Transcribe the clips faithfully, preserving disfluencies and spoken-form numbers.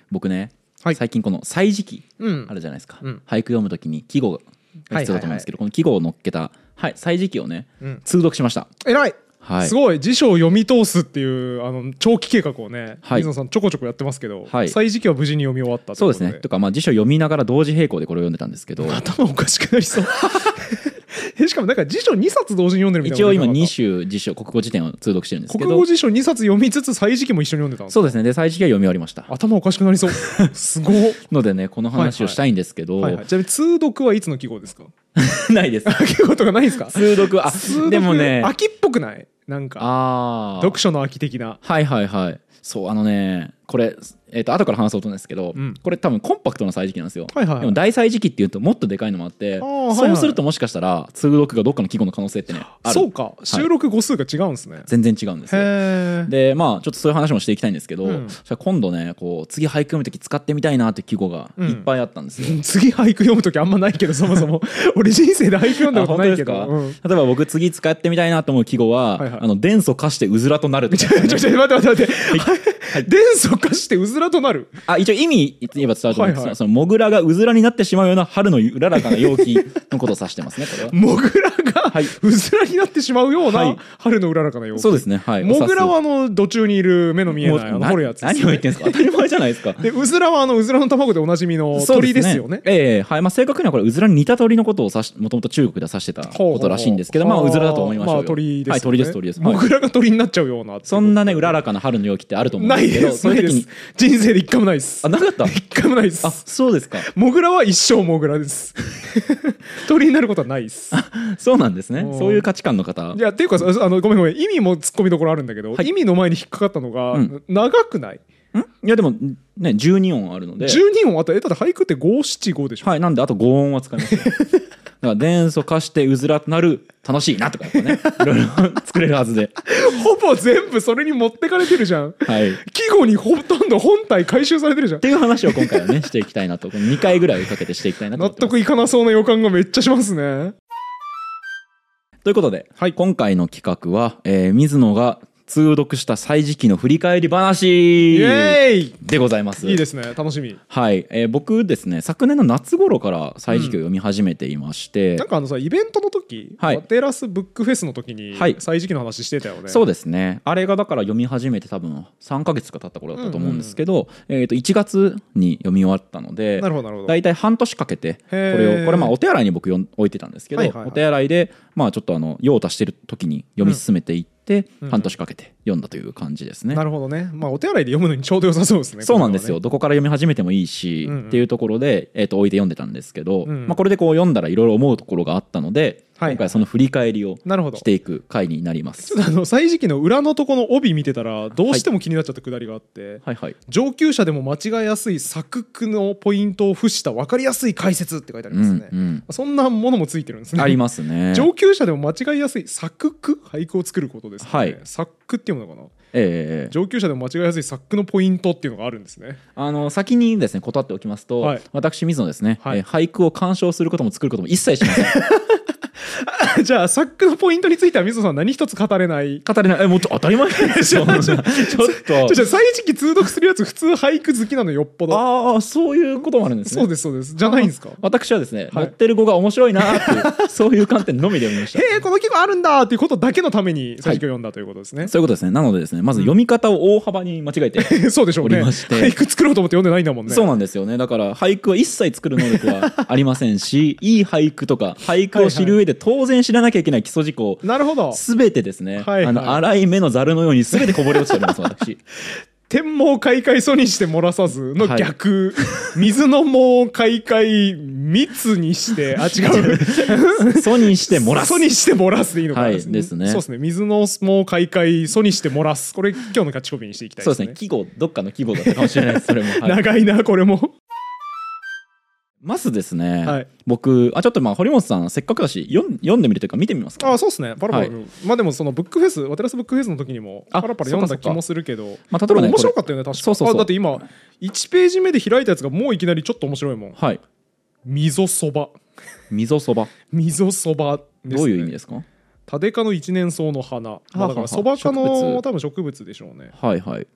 僕ね、 はい、 最近この歳時記うんあるじゃないですか、 うん、 俳句読むときに季語が必要だと思うんですけど、この季語を乗っけた、はい、歳時記をね、うん、通読しました。 えらい、 はい、 すごい。辞書を読み通すっていうあの長期計画をね、 はい、 水野さんちょこちょこやってますけど、 はい、 歳時記は無事に読み終わったということで。 そうですね。とか、まあ、辞書読みながら同時並行でこれを読んでたんですけど、 頭おかしくなりそうしかもなんか辞書にさつ同時に読んでるみたいな。 一応今に種辞書国語辞典を通読してるんですけど、 国語辞書にさつ読みつつ歳時記も一緒に読んでたんですか。 そうですね。で歳時記は読み終わりました。 頭おかしくなりそうすごいのでね、この話をしたいんですけど、 はいはいはいはい、ちなみに通読はいつの記号ですかないです記号とかないですか。 通読、あ、通読でもね、 秋っぽくない、なんかあ読書の秋的な。 はいはいはい。そう、あのね、これ、えー、と後から話そうと思うんですけど、うん、これ多分コンパクトな歳時記なんですよ、はいはいはい、でも大歳時記っていうともっとでかいのもあって、そうするともしかしたら通読がどっかの季語の可能性ってねある。 そうか、収録語数が違うんですね、はい、 全然違うんですよ。でまあちょっとそういう話もしていきたいんですけど、うん、今度ねこう次俳句読むとき使ってみたいなって季語がいっぱいあったんですよ、うん、 次俳句読むときあんまないけどそもそも俺人生で俳句読んだことないけど、うん、 例えば僕次使ってみたいなと思う季語は、はいはい、あの伝祖化してうずらとなるとか、ね、 ちょちょ待って待って待って、はい、伝祖化してうずらとなる、 あ一応意味言えば伝わると思うんです、はいはい、そのモグラがうずらになってしまうような春のうららかな陽気のことを指してますねこれは。 モグラがうずらになってしまうような春のうららかな陽気、 そうですね、はい、 モグラはあの土中にいる目の見えないあの掘るやつです、ね、 何を言ってんですか、当たり前じゃないですかでうずらはあのうずらの卵でおなじみの鳥ですよね。 ええー、はい、まあ、正確にはこれうずらに似た鳥のことを指しもともと中国では指してたことらしいんですけど、まあうずらだと思いましょうよ。 まあ鳥ですよね、 はい、鳥です鳥です。 モグラが鳥になっちゃうような、 そんなねうららかな春の陽気ってあると思うんですけど、 ないです、そういう時に人生で一回もないです。 あ、なかった一回もないです。 あ、そうですか。 モグラは一生モグラです鳥になることはないです。 そうなんですね。そういう価値観の方。 いやっていうかあのごめんごめん、意味もツッコミどころあるんだけど、はい、意味の前に引っかかったのが、うん、長くない？ ん？いやでもねじゅうに音あるのでじゅうに音あったら、え、だって俳句ってご七五でしょ。 はい、なんであとご音は使いますよだから伝祖化してうずらとなる楽しいなとかやっぱねいろいろ作れるはずでほぼ全部それに持ってかれてるじゃん、はい、季語にほとんど本体回収されてるじゃんっていう話を今回はねしていきたいなとにかいぐらいかけてしていきたいなと思ってます。 納得いかなそうな予感がめっちゃしますね。 ということで、はい、今回の企画は、えー、水野が通読した歳時記の振り返り話でございます。 いいですね、楽しみ。 はい、えー、僕ですね昨年の夏頃から歳時記を読み始めていまして、 うん、なんかあのさイベントの時、はい、テラスブックフェスの時に歳時記の話してたよね、はい、 そうですね。あれがだから読み始めて多分さんかげつか経った頃だったと思うんですけど、うんうん、えー、といちがつに読み終わったので、なるほどなるほど、だいたい半年かけてこれをこれまあお手洗いに僕置いてたんですけど、はいはいはい、お手洗いでまあちょっとあの用を足してる時に読み進めていって、うんで半年かけて読んだという感じですね。 なるほどね。まあお手洗いで読むのにちょうど良さそうですね。 そうなんですよ、ね、どこから読み始めてもいいし、うんうん、っていうところで、えー、と置いて読んでたんですけど、うん、まあ、これでこう読んだらいろいろ思うところがあったので、はい、今回その振り返りをしていく回になります。 ちょっとあの歳時記の裏のとこの帯見てたらどうしても気になっちゃったくだりがあって、はいはいはい、上級者でも間違いやすい作句のポイントを付した分かりやすい解説って書いてありますね、うんうん、そんなものもついてるんですね。 ありますね。 上級者でも間違いやすい作句、俳句を作ることですね、はい、作句っていうのかな、えー、上級者でも間違いやすい作句のポイントっていうのがあるんですね。 あの先にですね断っておきますと、はい、私水野ですね、はい、えー、俳句を鑑賞することも作ることも一切しませんじゃあ作句のポイントについては水野さん何一つ語れない。 語れない。えもっと当たり前ですよちょっとじゃあ歳時記通読するやつ普通俳句好きなのよっぽど。 ああそういうこともあるんですね。 そうですそうです。じゃないんですか。 私はですね、はい、持ってる語が面白いなっていうそういう観点のみで読みました。 へえこの季語あるんだっていうことだけのために歳時記を読んだということですね、はい、 そういうことですね。なのでですねまず読み方を大幅に間違えてそうでしょうね。俳句作ろうと思って読んでないんだもんね。 そうなんですよね。だから俳句は一切作る能力はありませんしいい俳句とか俳句を知る上で当然知らなきゃいけない基礎事項すべてですね、はいはい、あの粗い目のざるのようにすべてこぼれ落ちております私。 天網開会疎にして漏らさずの逆、はい、水の網開会密にしてあ違う疎にして漏らす疎にして漏らすでいいのかな、 はい、ですね。 そうですね。水の網開会疎にして漏らす、これ今日のキャッチコピーにしていきたいですね。 そうですね。季語どっかの季語だったかもしれないですそれも、はい、 長いなこれも。 まずですね、はい、僕あちょっとまあ堀本さんせっかくだし読ん読んでみるというか見てみますか。 あそうですね。パラパラ、はい、まあでもそのブックフェスワテラスブックフェスの時にもパラパラ読んだ気もするけど、まあ、例えばね面白かったよね確か。そうそうそう。あだって今いちページ目で開いたやつがもういきなりちょっと面白いもん。はい。溝そば溝そば溝そばですね。 どういう意味ですか。 タデ科の一年草の花、まあ、だからそば科の多分植物でしょうね。 はいはい。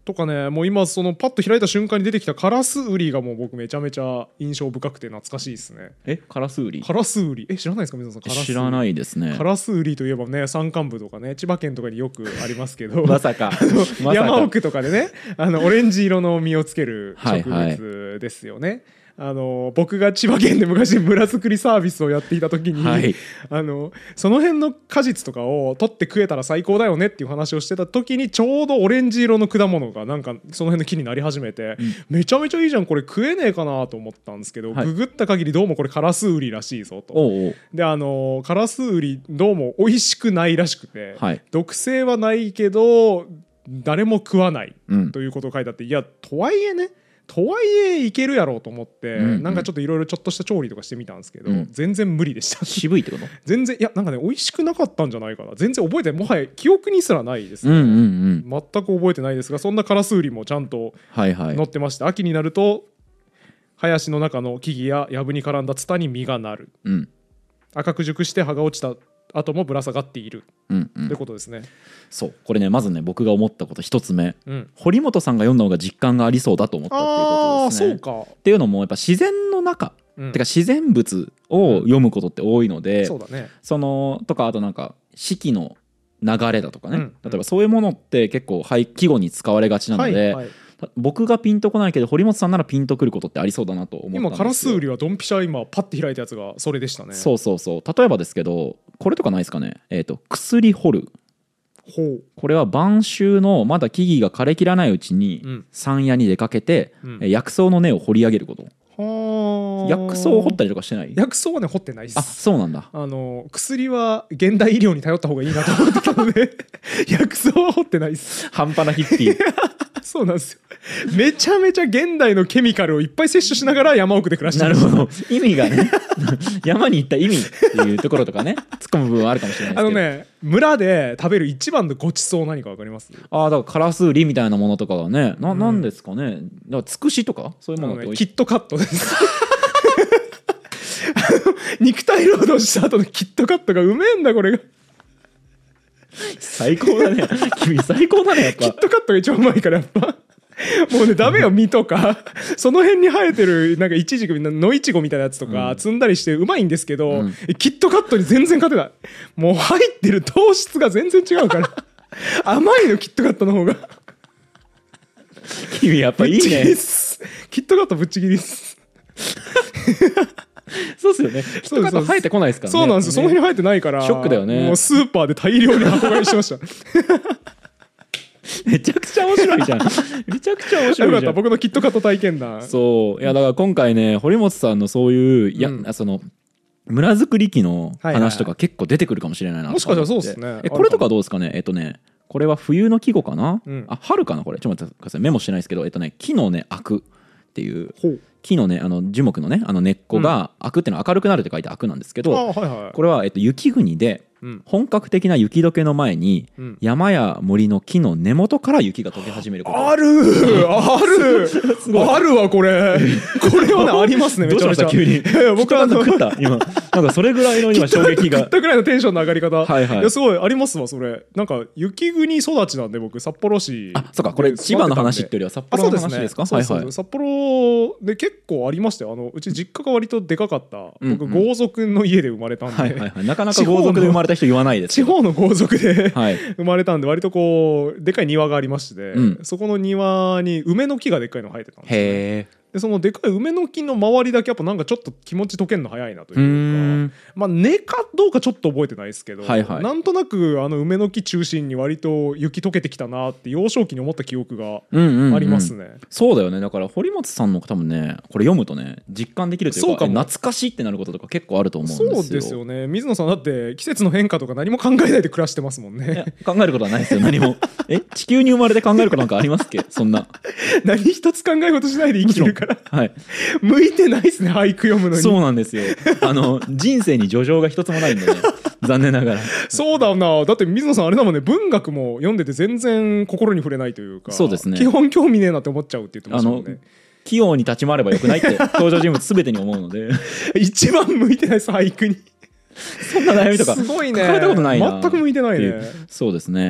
とかね、もう今そのパッと開いた瞬間に出てきたカラスウリがもう僕めちゃめちゃ印象深くて懐かしいですね。 えカラスウリカラスウリえ知らないですか水野さん。カラス知らないですね。 カラスウリといえばね山間部とかね千葉県とかによくありますけどまさか山奥とかでねあのオレンジ色の実をつける植物ですよね。はいはい、あの僕が千葉県で昔村づくりサービスをやっていた時に、はい、あのその辺の果実とかを取って食えたら最高だよねっていう話をしてた時にちょうどオレンジ色の果物がなんかその辺の木になり始めて、うん、めちゃめちゃいいじゃんこれ食えねえかなと思ったんですけど、はい、ググった限りどうもこれカラスウリらしいぞと。おうおうであのカラスウリどうも美味しくないらしくて、はい、毒性はないけど誰も食わないということを書いてあって、うん、いやとはいえねとはいえいけるやろうと思って、うんうん、なんかちょっといろいろちょっとした調理とかしてみたんですけど、うん、全然無理でした渋いってこと全然いやなんかね美味しくなかったんじゃないかな。全然覚えてないもはや記憶にすらないですね、うんうんうん、全く覚えてないですがそんなカラスウリもちゃんと載ってまして、はいはい、秋になると林の中の木々や藪に絡んだツタに実がなる、うん、赤く熟して葉が落ちた後もぶら下がっている、うんうん、ってことですね。 そうこれねまずね僕が思ったこと一つ目、うん、堀本さんが読んだ方が実感がありそうだと思ったっていうことですね。あそうかっていうのもやっぱ自然の中、うん、てか自然物を読むことって多いので、うん、そうだね、そのとかあとなんか四季の流れだとかね、うん、例えばそういうものって結構季語に使われがちなので、はいはい、僕がピンとこないけど堀本さんならピンとくることってありそうだなと思ったんですよ。 今カラスウリはドンピシャ今パッて開いたやつがそれでしたね。 そうそうそう例えばですけどこれとかないですかね、えーと、薬掘る。ほうこれは晩秋のまだ木々が枯れきらないうちに、うん、山野に出かけて、うん、薬草の根を掘り上げること。は薬草を掘ったりとかしてない？ 薬草はね掘ってないです。 あそうなんだ。 あの薬は現代医療に頼った方がいいなと思ってたので薬草は掘ってないです。 半端なヒッピーそうなんですよ。めちゃめちゃ現代のケミカルをいっぱい摂取しながら山奥で暮らしてる。 なるほど意味がね山に行った意味っていうところとかね突っ込む部分はあるかもしれないですけど、あのね村で食べる一番のごちそう何か分かります？ ああだからカラスウリみたいなものとかがね な,、うん、なんですかねだからつくしとかそういうものって、 ね、キットカットです肉体労働した後のキットカットがうめえんだこれが最高だね君最高だねやっぱキットカットが一番うまいからやっぱもうねダメよ実とかその辺に生えてるなんかイチジク野いちごみたいなやつとか積んだりしてうまいんですけど、うん、キットカットに全然勝てない。もう入ってる糖質が全然違うから甘いのキットカットの方が君やっぱいいねキットカットぶっちぎりですそうっすよね。キットカット生えてこないですからね。 そうなんですよ、ね、その辺に生えてないからショックだよね。 もうスーパーで大量に箱買いしましためちゃくちゃ面白いじゃんめちゃくちゃ面白いじゃん。 よかった僕のキットカット体験談。 そういやだから今回ね堀本さんのそういう、うん、いやその村づくり機の話とか結構出てくるかもしれないなと思って。 もしかしたらそうですね。 えこれとかどうですかね。えっとねこれは冬の季語かな、うん、あ春かなこれちょっと待ってくださいメモしてないですけどえっとね木のね開くっていう木のねあの樹木のねあの根っこが開くっていうのは明るくなるって書いて開くなんですけど、うんはいはい、これは、えっと、雪国で本格的な雪解けの前に、うん、山や森の木の根元から雪が解け始めること。 あるあるあるわこれこれはねありますねめちゃめちゃ。 どうしました急に僕は食った今なんかそれぐらいの今衝撃が食ったぐらいのテンションの上がり方、はいはい、いやすごいありますわそれ。なんか雪国育ちなんで僕札幌市。 あそうかこれ千葉の話っていうよりは札幌の話ですか？ そうですね、はいはい、札幌で結構ありましたよ。あのうち実家が割とでかかった、うんうん、僕豪族の家で生まれたんで、はいはいはい、 なかなか豪族で生まれた人言わないですけど地方の豪族で、はい、生まれたんで割とこうでかい庭がありまして、うん、そこの庭に梅の木がでっかいの生えてたんですよ、ね、へー。でそのでかい梅の木の周りだけやっぱなんかちょっと気持ち解けるの早いなというか、まあ根かどうかちょっと覚えてないですけど、はいはい、なんとなくあの梅の木中心に割と雪解けてきたなって幼少期に思った記憶がありますね、うんうんうん、 そうだよね。だから堀本さんの多分ねこれ読むとね実感できるというか、そうか懐かしいってなることとか結構あると思うんですよ。 そうですよね。水野さんだって季節の変化とか何も考えないで暮らしてますもんね。 考えることはないですよ何もえ地球に生まれて考えることなんかありますっけそんな何一つ考え事しないで生きてるからはい向いてないですね俳句読むのに。 そうなんですよ。あの人生に叙情が一つもないんでね残念ながら。 そうだな。だって水野さんあれだもんね文学も読んでて全然心に触れないというか。 そうですね。 基本興味ねえなって思っちゃうって言ってましたもんね。 器用に立ち回ればよくないって登場人物全てに思うので一番向いてないです俳句に。 そんな悩みとかすごいね。 書かれたことないな。 全く向いてないね。 そうですね。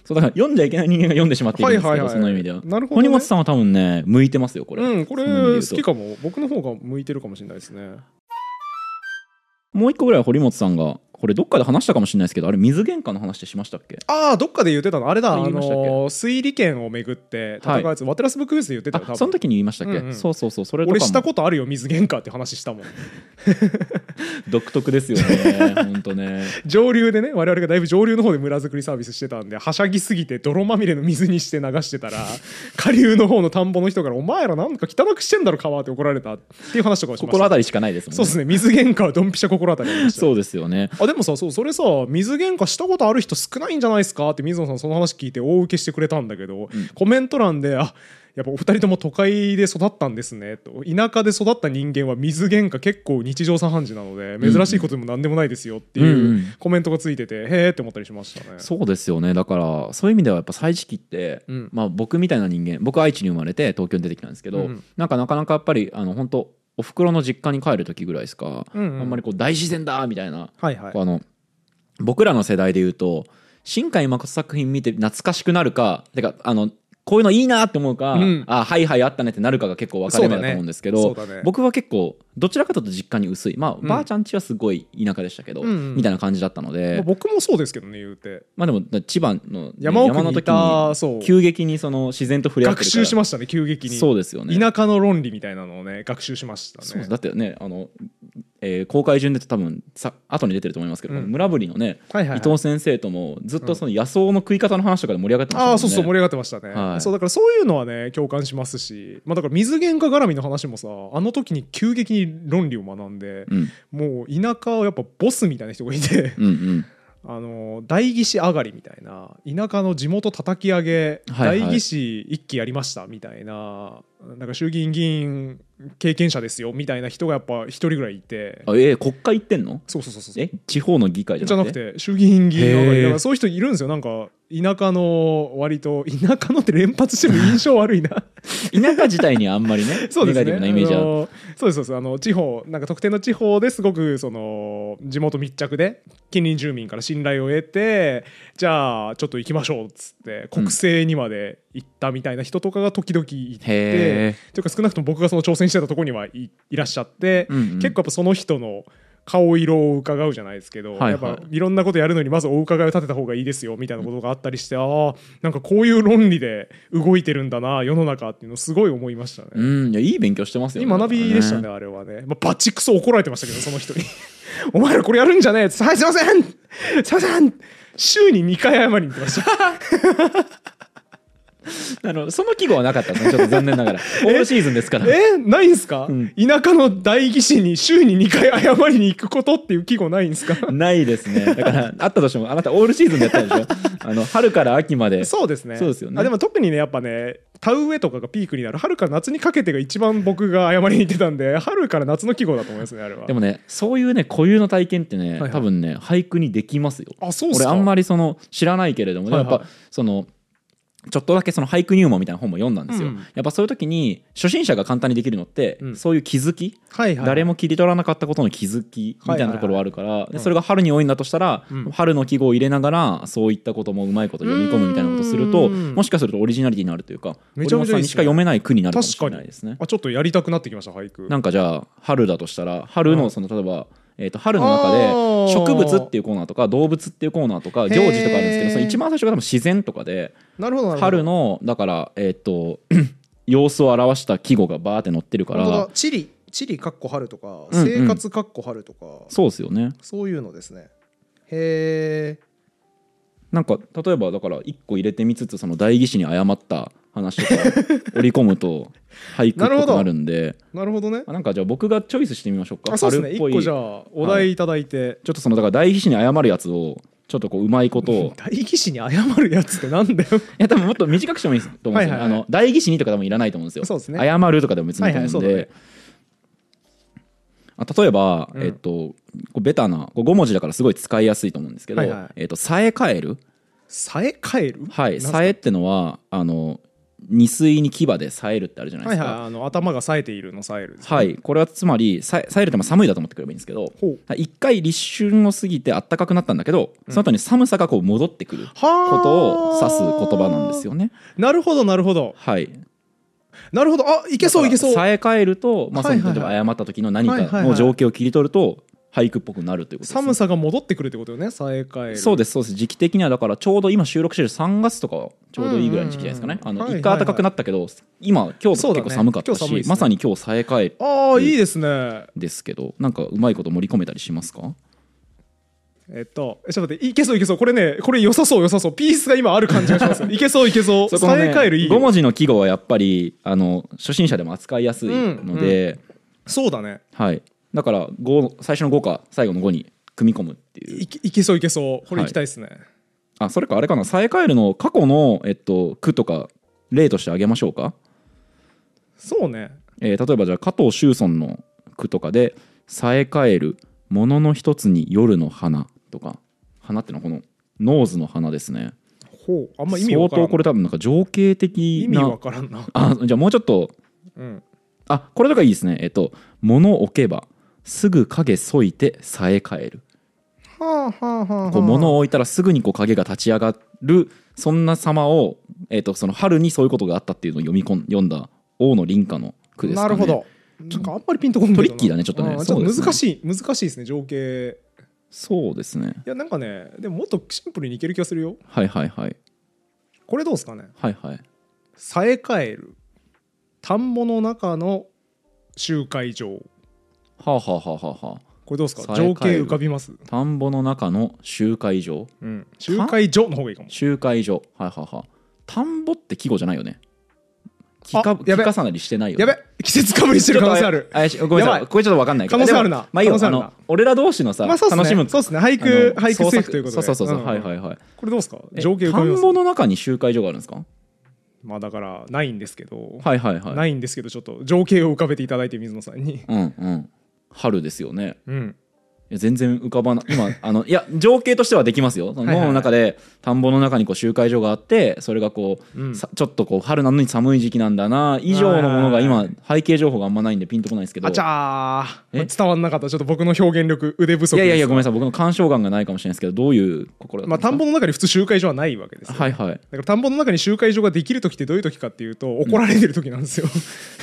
そうだから読んじゃいけない人間が読んでしまっているんですけど、はいはいはい、その意味では。なるほどね。堀本さんは多分ね向いてますよこれ。 うん、これ好きかも。僕の方が向いてるかもしれないですね。 もう一個ぐらい堀本さんがこれどっかで話したかもしれないですけど、あれ水喧嘩の話ってしましたっけ？ ああ、どっかで言ってたのあれだ、あのー、推理権をめぐって戦うやつ、はい、ワテラスブックフェスで言ってたよ。多分その時に言いましたっけ？うんうん、そうそうそう、それとかも俺したことあるよ水喧嘩って話したもん独特ですよね本当ね。 上流でね、我々がだいぶ上流の方で村づくりサービスしてたんで、はしゃぎすぎて泥まみれの水にして流してたら下流の方の田んぼの人からお前らなんか汚くしてんだろ川って怒られたっていう話とかをしました。 心当たりしかないですもんね。 そうですね、水喧嘩はドンピシャ心当たりありました。 そうですよね。 あでもさ、そうそれさ、水喧嘩したことある人少ないんじゃないですかって水野さんその話聞いて大受けしてくれたんだけど、うん、コメント欄であやっぱお二人とも都会で育ったんですねと、田舎で育った人間は水喧嘩結構日常茶飯事なので珍しいことでも何でもないですよっていうコメントがついてて、へーって思ったりしましたね。 そうですよね。だからそういう意味ではやっぱ歳時期って、うん、まあ僕みたいな人間、僕は愛知に生まれて東京に出てきたんですけど、うん、なんかなかなかやっぱりあの本当お袋の実家に帰る時ぐらいですか、うんうん、あんまりこう大自然だみたいな、はいはい、あの僕らの世代でいうと新海誠作品見て懐かしくなるか、てかあのこういうのいいなって思うか、うん、あはいはいあったねってなるかが結構分かれ目だと思うんですけど、ねね、僕は結構どちらかというと実家に薄い、まあ、うん、ばあちゃん家はすごい田舎でしたけど、うんうん、みたいな感じだったので、 まあ、僕もそうですけどね言うて、 まあでも千葉の、ね、 山奥にいた山の時に急激にその自然と触れ合ってるから学習しましたね。急激にそうですよね。 田舎の論理みたいなのをね学習しましたね。 そうだってね、あのえー、公開順で多分さ後に出てると思いますけど、うん、村ぶりのね、はいはいはい、伊藤先生ともずっとその野草の食い方の話とかで盛り上がってましたもんね。 あそうそう盛り上がってましたね、はい、そうだからそういうのはね共感しますし、まあ、だから水喧嘩絡みの話もさあの時に急激に論理を学んで、うん、もう田舎はやっぱボスみたいな人がいてうん、うんあの代議士上がりみたいな、田舎の地元叩き上げ、はいはい、代議士一期やりましたみたいな、なんか衆議院議員経験者ですよみたいな人がやっぱ一人ぐらいいて、 あえー、国会行ってんの？ そうそうそうそう、 え地方の議会じゃなくて？じゃなくて衆議院議員上がりだから、そういう人いるんですよ。なんか田舎の割と田舎のって連発しても印象悪いな田舎自体にあんまりねそうですね、ネガティブなイメージある。 あのそうですそうです、あの地方なんか特定の地方ですごくその地元密着で近隣住民から信頼を得て、じゃあちょっと行きましょうっつって国政にまで行ったみたいな人とかが時々いて、うん、というか少なくとも僕がその挑戦してたところにはい、いらっしゃって、うんうん、結構やっぱその人の顔色を伺うじゃないですけど、はいはい、やっぱいろんなことやるのにまずお伺いを立てた方がいいですよみたいなことがあったりして、うん、ああなんかこういう論理で動いてるんだな世の中っていうのをすごい思いましたね。 うん、いやいい勉強してますよね。 いい学びでしたねあれはね、まあ、バチクソ怒られてましたけどその人にお前らこれやるんじゃねえっつって、はいすいませんすいません週ににかい謝りに行ってましたあのその季語はなかったですね。ちょっと残念ながらオールシーズンですからえないんすか、うん、田舎の代議士に週ににかい謝りに行くことっていう季語ないんですか？ ないですね。だからあったとしてもあなたオールシーズンでやったでしょあの春から秋まで。 そうですね。 そうですよね。 あでも特にねやっぱね田植えとかがピークになる春から夏にかけてが一番僕が謝りに行ってたんで、春から夏の季語だと思いますねあれは。 でもねそういうね固有の体験ってね、はいはい、多分ね俳句にできますよ。 あそうっすか。 俺あんまりその知らないけれども、はいはい、やっぱそのちょっとだけその俳句入門みたいな本も読んだんですよ、うん、やっぱそういう時に初心者が簡単にできるのって、うん、そういう気づき、はいはい、誰も切り取らなかったことの気づきみたいなところはあるから、はいはいはい、でそれが春に多いんだとしたら、うん、春の季語を入れながらそういったこともうまいこと読み込むみたいなことをすると、もしかするとオリジナリティになるというか、 めちゃめちゃいいですね。 堀本さんにしか読めない句になるかもしれないですね。 あちょっとやりたくなってきました俳句。 なんかじゃあ春だとしたら春のその例えば、えー、と春の中で植物っていうコーナーとか動物っていうコーナーとか行事とかあるんですけど、その一番最初が多分自然とかで、 なるほどなるほど、 春のだからえっ、ー、と様子を表した季語がバーって載ってるから、 地理地理かっこ春とか生活かっこ春とか、うんうん、 そうですよね。 そういうのですね。へえ。 なんか例えばだからいっこ入れてみつつその代議士に謝った話とか織り込むと俳句っぽくなるんでなるほどね。 なんかじゃあ僕がチョイスしてみましょうか。 あそうですね。いっこじゃあお題いただいて、 はい、ちょっとそのだから代議士に謝るやつをちょっとこううまいことを代議士に謝るやつってなんだよいや多分もっと短くしてもいいと思うんですよ、はいはいはい、あの代議士にとかでもいらないと思うんですよ。 そうですね。 謝るとかでも別にいいと思うんで、はいはいね、あ例えば、うん、えっとこうベタなご文字だからすごい使いやすいと思うんですけど、はいはい、えっとさえかえる。 さえかえる。 はい。さえってのはあの二水に牙で冴えるってあるじゃないですか、 はいはい、あの頭が冴えているの冴えるです、 ね、はい、これはつまり冴えるって寒いだと思ってくればいいんですけど、一回立春を過ぎて暖かくなったんだけど、その後に寒さがこう戻ってくることを指す言葉なんですよね。 なるほどなるほど、 はい、 なるほど、あ、いけそういけそう。 冴え返ると、まあ、その例えば謝った時の何かの情景を切り取ると俳句っぽくなるということです、ね、 寒さが戻ってくるってことよね、冴え返る。 そうですそうです。時期的にはだからちょうど今収録してるさんがつとかはちょうどいいぐらいの時期じゃないですかね。あの一回暖かくなったけど、今今日結構寒かったし、ね、まさに今日冴え返る。 ああ、いいですね。 ですけど、なんかうまいこと盛り込めたりしますか？ えっと、ちょっと待って、いけそういけそう、これね、これ良さそう良さそう、ピースが今ある感じがしますいけそういけそう、冴え返るいいよ。 ごもじの季語はやっぱりあの初心者でも扱いやすいので、うんうん、 そうだね、 はい、だからご最初のごか最後のごに組み込むっていう。 いけ、いけそういけそう、これいきたいですね、はい、 あ、それかあれかな、冴え返るの過去の、えっと、句とか例としてあげましょうか。 そうね、 えー、例えばじゃあ加藤周尊の句とかで冴え返るものの一つに夜の花とか、花ってのはこのノーズの花ですね。 ほう、あんま意味わからん。 相当これ多分なんか情景的な意味わからんな。 あ、じゃあもうちょっと、うん、あ、これとかいいですね。えっと物置けばすぐ影そいて冴え返る。 はあはあはあ、 こう物を置いたらすぐにこう影が立ち上がる、そんな様を、えっとその春にそういうことがあったっていうのを読み込ん読んだ大野凛花の句ですかね。 なるほど。なんかあんまりピンとこない。 トリッキーだねちょっとね。 ちょっと難しい、ね、難しいですね、情景。 そうですね。 いやなんかね、でももっとシンプルにいける気がするよ。 はいはいはい。 これどうですかね。 はいはい。 冴え返る田んぼの中の集会場。はあはあはあはあはあ。 これどうですか、情景浮かびます。 田んぼの中の集会場、 うん、集会所の方がいいかも。 集会所、はいはいはい。田んぼって季語じゃないよね。聞か重なりしてないよ、ね、 やべ、季節かぶりしてる可能性ある。 あやしごめんなさい、これちょっと分かんないけど可能性あるな。 まあいいよ、あの俺ら同士のさ、まあそうっすね、楽しむ、 そうですね、俳句俳句セーフということで、 そうそうそうそう、はいはいはい。 これどうですか、情景浮かびます。 田んぼの中に集会所があるんですか。 まあだからないんですけど、 はいはいはい、 ないんですけど、ちょっと情景を浮かべていただいて、水野さんに。 うんうん、春ですよね。 うん、 いや全然浮かばない今あのいや情景としてはできますよ。その脳の中で田んぼの中にこう集会所があって、それがこう、うん、ちょっとこう春なのに寒い時期なんだな以上のものが今背景情報があんまないんでピンとこないですけど、 あちゃー伝わんなかった。ちょっと僕の表現力腕不足です。いやいやいやごめんなさい、僕の鑑賞眼がないかもしれないですけど、どういう心だったんですか。 まあ田んぼの中に普通集会所はないわけですよ、ね、 はいはい。だから田んぼの中に集会所ができる時ってどういう時かっていうと、怒られてる時なんですよ、うん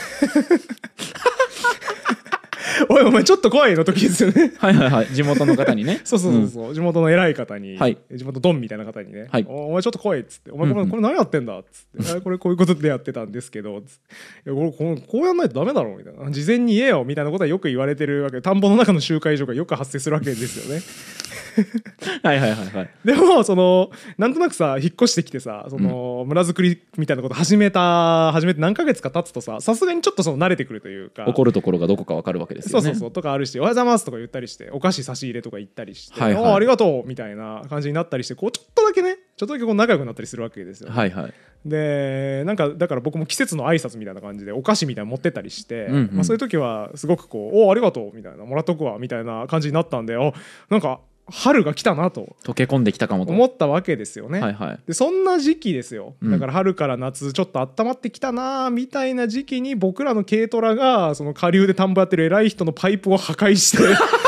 おいお前ちょっと怖いの時ですよねはいはいはい、地元の方にねそうそうそうそう、うん、地元の偉い方に、 はい、 地元ドンみたいな方にね、 はい、 お前ちょっと怖いっつって、お前これ何やってんだっつって、うんうん、これこういうことでやってたんですけどつって、いやこれこう、こうやんないとダメだろみたいな、事前に言えよみたいなことはよく言われてるわけで、田んぼの中の集会所がよく発生するわけですよねはいはいはいはい。 でもそのなんとなくさ引っ越してきてさ、その、うん、村づくりみたいなこと始めた始めて何ヶ月か経つとさ、さすがにちょっとその慣れてくるというか、 怒るところがどこか分かるわけですよね。 そうそうそうとかあるし、おはようございますとか言ったりして、お菓子差し入れとか言ったりして、 はいはい、 あありがとうみたいな感じになったりして、こうちょっとだけね、ちょっとだけこう仲良くなったりするわけですよ、ね、 はいはい。 でなんかだから僕も季節の挨拶みたいな感じでお菓子みたいなの持ってったりして、うんうん、まあ、そういう時はすごくこうおありがとうみたいな、もらっとくわみたいな感じになったんで、あなんか春が来たなと溶け込んできたかもと思ったわけですよね、 はいはい、 でそんな時期ですよ。だから春から夏ちょっと温まってきたなみたいな時期に、僕らの軽トラがその下流で田んぼやってる偉い人のパイプを破壊して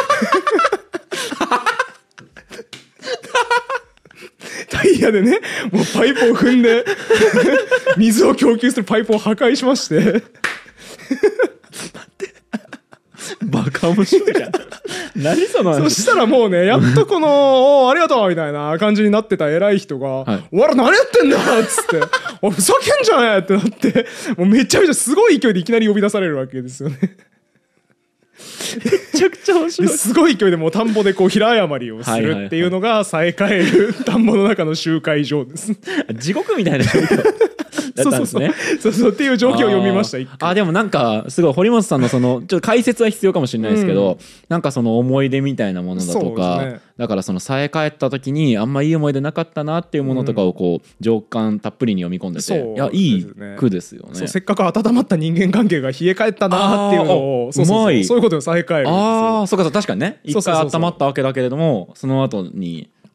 タイヤでね、もうパイプを踏んで水を供給するパイプを破壊しましてバカ面白いじゃん何そのそしたらもうね、やっとこのおありがとうみたいな感じになってた偉い人が、はい、おわら何やってんだっつっておふざけんじゃねえってなって、もうめちゃめちゃすごい勢いでいきなり呼び出されるわけですよねめちゃくちゃ面白い。 すごい勢いでもう田んぼでこう平謝りをするっていうのが冴え返る田んぼの中の集会場です地獄みたいな状況だったんですね。 そうそうそうそうっていう状況を読みました。 ああでもなんかすごい堀本さんのそのちょっと解説は必要かもしれないですけど、うん、なんかその思い出みたいなものだとか、ね、だからその冴え返った時にあんまいい思い出なかったなっていうものとかをこう情感たっぷりに読み込んでて、うん、いやいい句ですよね。 そうせっかく温まった人間関係が冷え返ったなっていうのを、そうそうそうそういうことを冴え返るんですよ。 ああそうかそう確かにね、一回温まったわけだけれどもその後に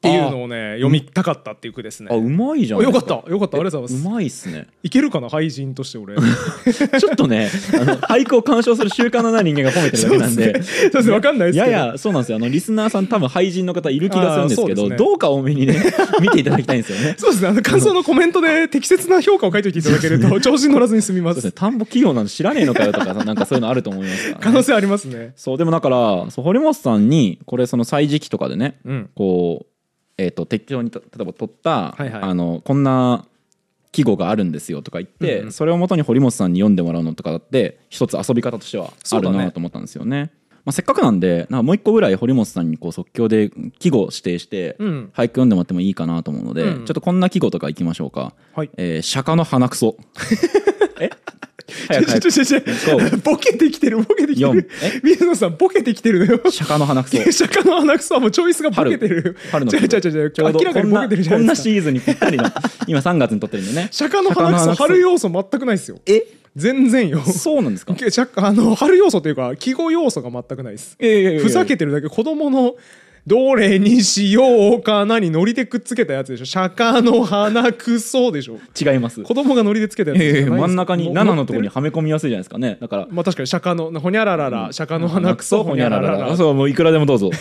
っていうのをね読みたかったっていう句ですね。 あ、うまいじゃん。 よかったよかった、ありがとうございます。 うまいっすね。 いけるかな、俳人として俺ちょっとね、あの俳句を鑑賞する習慣のない人間が褒めてるだけなんで、 そうですね、分かんないですけど、 ややそうなんですよ。あのリスナーさん多分俳人の方いる気がするんですけど、ね、どうか多めにね見ていただきたいんですよね。 そうですね、あの感想のコメントで適切な評価を書いておいていただけると調子に乗らずに済みます。 そうですね、田んぼ企業なんて知らねえのかよとかなんかそういうのあると思いますから、ね、 可能性ありますね。 そうでもだからそう堀本さんにこれその歳時記とかでね、うん、こうえー、と適当に例えば取った、はいはい、あのこんな季語があるんですよとか言って、うんうん、それをもとに堀本さんに読んでもらうのとかだって一つ遊び方としてはあるなと思ったんですよね。まあ、せっかくなんでなんかもう一個ぐらい堀本さんにこう即興で季語を指定して、うん、俳句読んでもらってもいいかなと思うので、うん、ちょっとこんな季語とかいきましょうか。はい、えー、釈迦の鼻くそえ早く早くちょちょちょボケてきてるボケてきてる水野さんボケてきてるのよ。 釈迦の鼻くそ釈迦の鼻くそはもうチョイスがボケてる。 春のちょちょちょちょ明らかにボケてるじゃないですか。 こんなシーズンにぴったりの今さんがつに撮ってるんでね。 釈迦の鼻くそ春要素全くないですよ。 え全然よ。 そうなんですか。 あの春要素というか季語要素が全くないです。 えー、 ふざけてるだけ。子供のどれにしようかなにノリでくっつけたやつでしょ。釈迦の鼻くそでしょ。 違います。 子供がノリでつけたやつじゃないですか。 えー、真ん中にななのところにはめ込みやすいじゃないですかね。だからまあ確かに釈迦のほにゃららら、釈迦の鼻くそほにゃららら。 そう、もういくらでもどうぞ。もう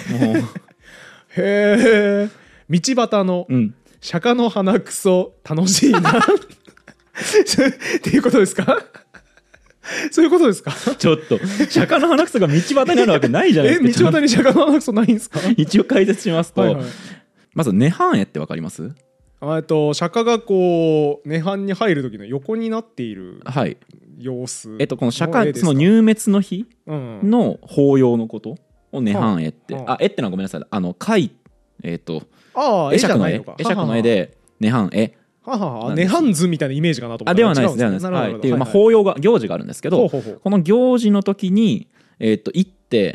へえ。道端の釈迦の鼻くそ楽しいなっていうことですか。そういうことですか。 ちょっと釈迦の鼻くそが道端にあるわけないじゃないですか。え、道端に釈迦の鼻くそないんですか。 一応解説しますと、はいはい、まず涅槃絵ってわかります。 えっと釈迦がこう涅槃に入る時の横になっている様子、はい、 えっとこの釈迦その入滅の日の法要のことを涅槃絵って、うん、あ絵ってのはごめんなさい、あの貝えっと会釈の絵会釈の絵で涅涅槃絵ははは涅槃図みたいなイメージかなと思った。 あではないですではないです、はい、っていう、まあ、法要が行事があるんですけど、ほうほうほう、この行事の時に、えー、と行って、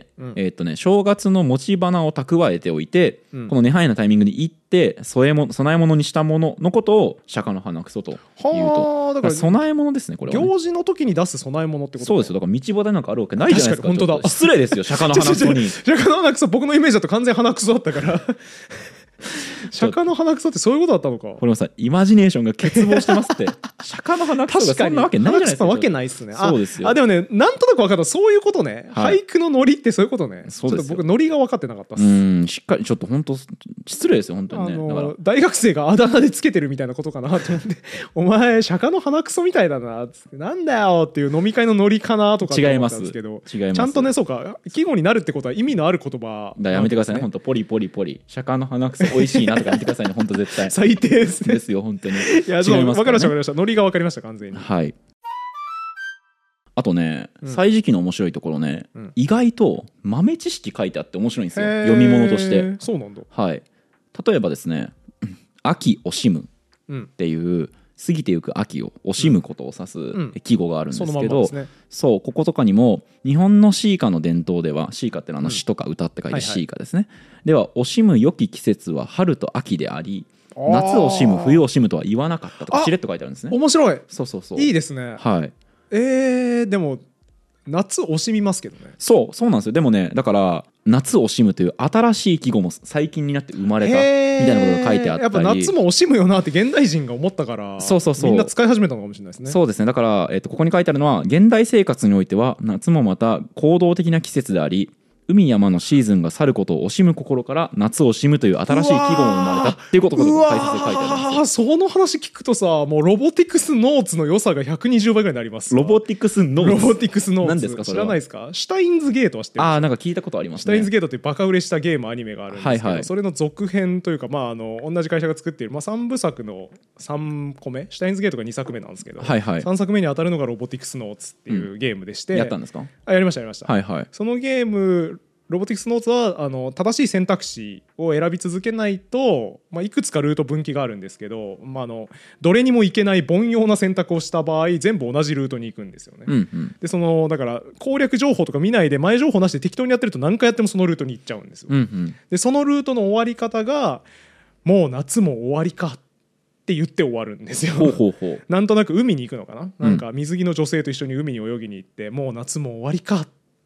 うんえーとね、正月の餅花を蓄えておいて、うん、この涅槃絵のタイミングに行って添えも供え物にしたもののことを釈迦の鼻くそというと、だから供え物ですね。これは、ね、 行事の時に出す供え物ってこと。 そうですよ。だから道端なんかあるわけないじゃないですか。本当だ、失礼ですよ釈迦の鼻くそに。 釈迦の鼻くそ僕のイメージだと完全鼻くそだったから釈迦の鼻くそってそういうことだったのか。 これもさイマジネーションが欠乏してますって。釈迦の鼻くそがそんなわけないじゃないですか。 わけないっすね。 そうですよ。 あでもねなんとなく分かった。そういうことね、はい、俳句のノリってそういうことね。 そうですよ。 ちょっと僕ノリが分かってなかったっす。 うんしっかりちょっと本当失礼ですよ本当にね。あのー、だから大学生があだ名でつけてるみたいなことかなと思ってお前釈迦の鼻くそみたいだなっつってなんだよっていう飲み会のノリかなとか思ったんですけど、 違います。 ちゃんとねそうか季語になるってことは意味のある言葉、 ね、だやめてくださいね本当ポリポリポリ釈迦の鼻くそ美味しいなとか言ってくださいね本当絶対最低ですね。 ですよ本当に。いやちょっと分かりました分かりました。ノリが分かりました完全に。 はい。あとね歳時記の面白いところね、うん、意外と豆知識書いてあって面白いんですよ読み物として。 そうなんだ。 はい。例えばですね秋惜しむっていう、うん、過ぎてゆく秋を惜しむことを指す季語があるんですけど、うん、そうこことかにも日本の詩歌の伝統では詩歌ってのはあの詩とか歌って書いて詩歌ですね、うんはいはい、では惜しむ良き季節は春と秋であり夏を惜しむ冬を惜しむとは言わなかったとかしれっと書いてあるんですね。 面白い。 そうそうそう。 いいですね。 はい。 えー、でも夏惜しみますけどね。 そうそうなんですよ。でもねだから夏惜しむという新しい季語も最近になって生まれたみたいなことが書いてあったり、 やっぱ夏も惜しむよなって現代人が思ったからそうそうそうみんな使い始めたのかもしれないですね。 そうですね。だから、えーと、ここに書いてあるのは現代生活においては夏もまた行動的な季節であり海山のシーズンが去ることを惜しむ心から夏を惜しむという新しい季語も生まれたっていうことが解説で書いてあるんですよ。 その話聞くとさもうロボティクスノーツの良さがひゃくにじゅうばいぐらいになります。 ロボティクスノーツロボティクスノーツ何ですかそれは。 知らないですか。シュタインズゲートは知ってる。 ああなんか聞いたことありますね。 シュタインズゲートっていうバカ売れしたゲームアニメがあるんですけど、はいはい、それの続編というか、まあ、あの同じ会社が作っている、まあ、さんぶさくのさんこめシュタインズゲートがにさくめなんですけど、はいはい、さんさくめに当たるのがロボティクスノーツっていうゲームでして、うん、 やったんですか。 あやりましたやりました、 はいはい、 そのゲームロボティクスノーツはあの正しい選択肢を選び続けないと、まあ、いくつかルート分岐があるんですけど、まあ、あのどれにも行けない凡庸な選択をした場合全部同じルートに行くんですよね、うんうん、でそのだから攻略情報とか見ないで前情報なしで適当にやってると何回やってもそのルートに行っちゃうんですよ、うんうん、でそのルートの終わり方がもう夏も終わりかって言って終わるんですよ。 ほうほうほう。 なんとなく海に行くのかな、うん、なんか水着の女性と一緒に海に泳ぎに行ってもう夏も終わりかっ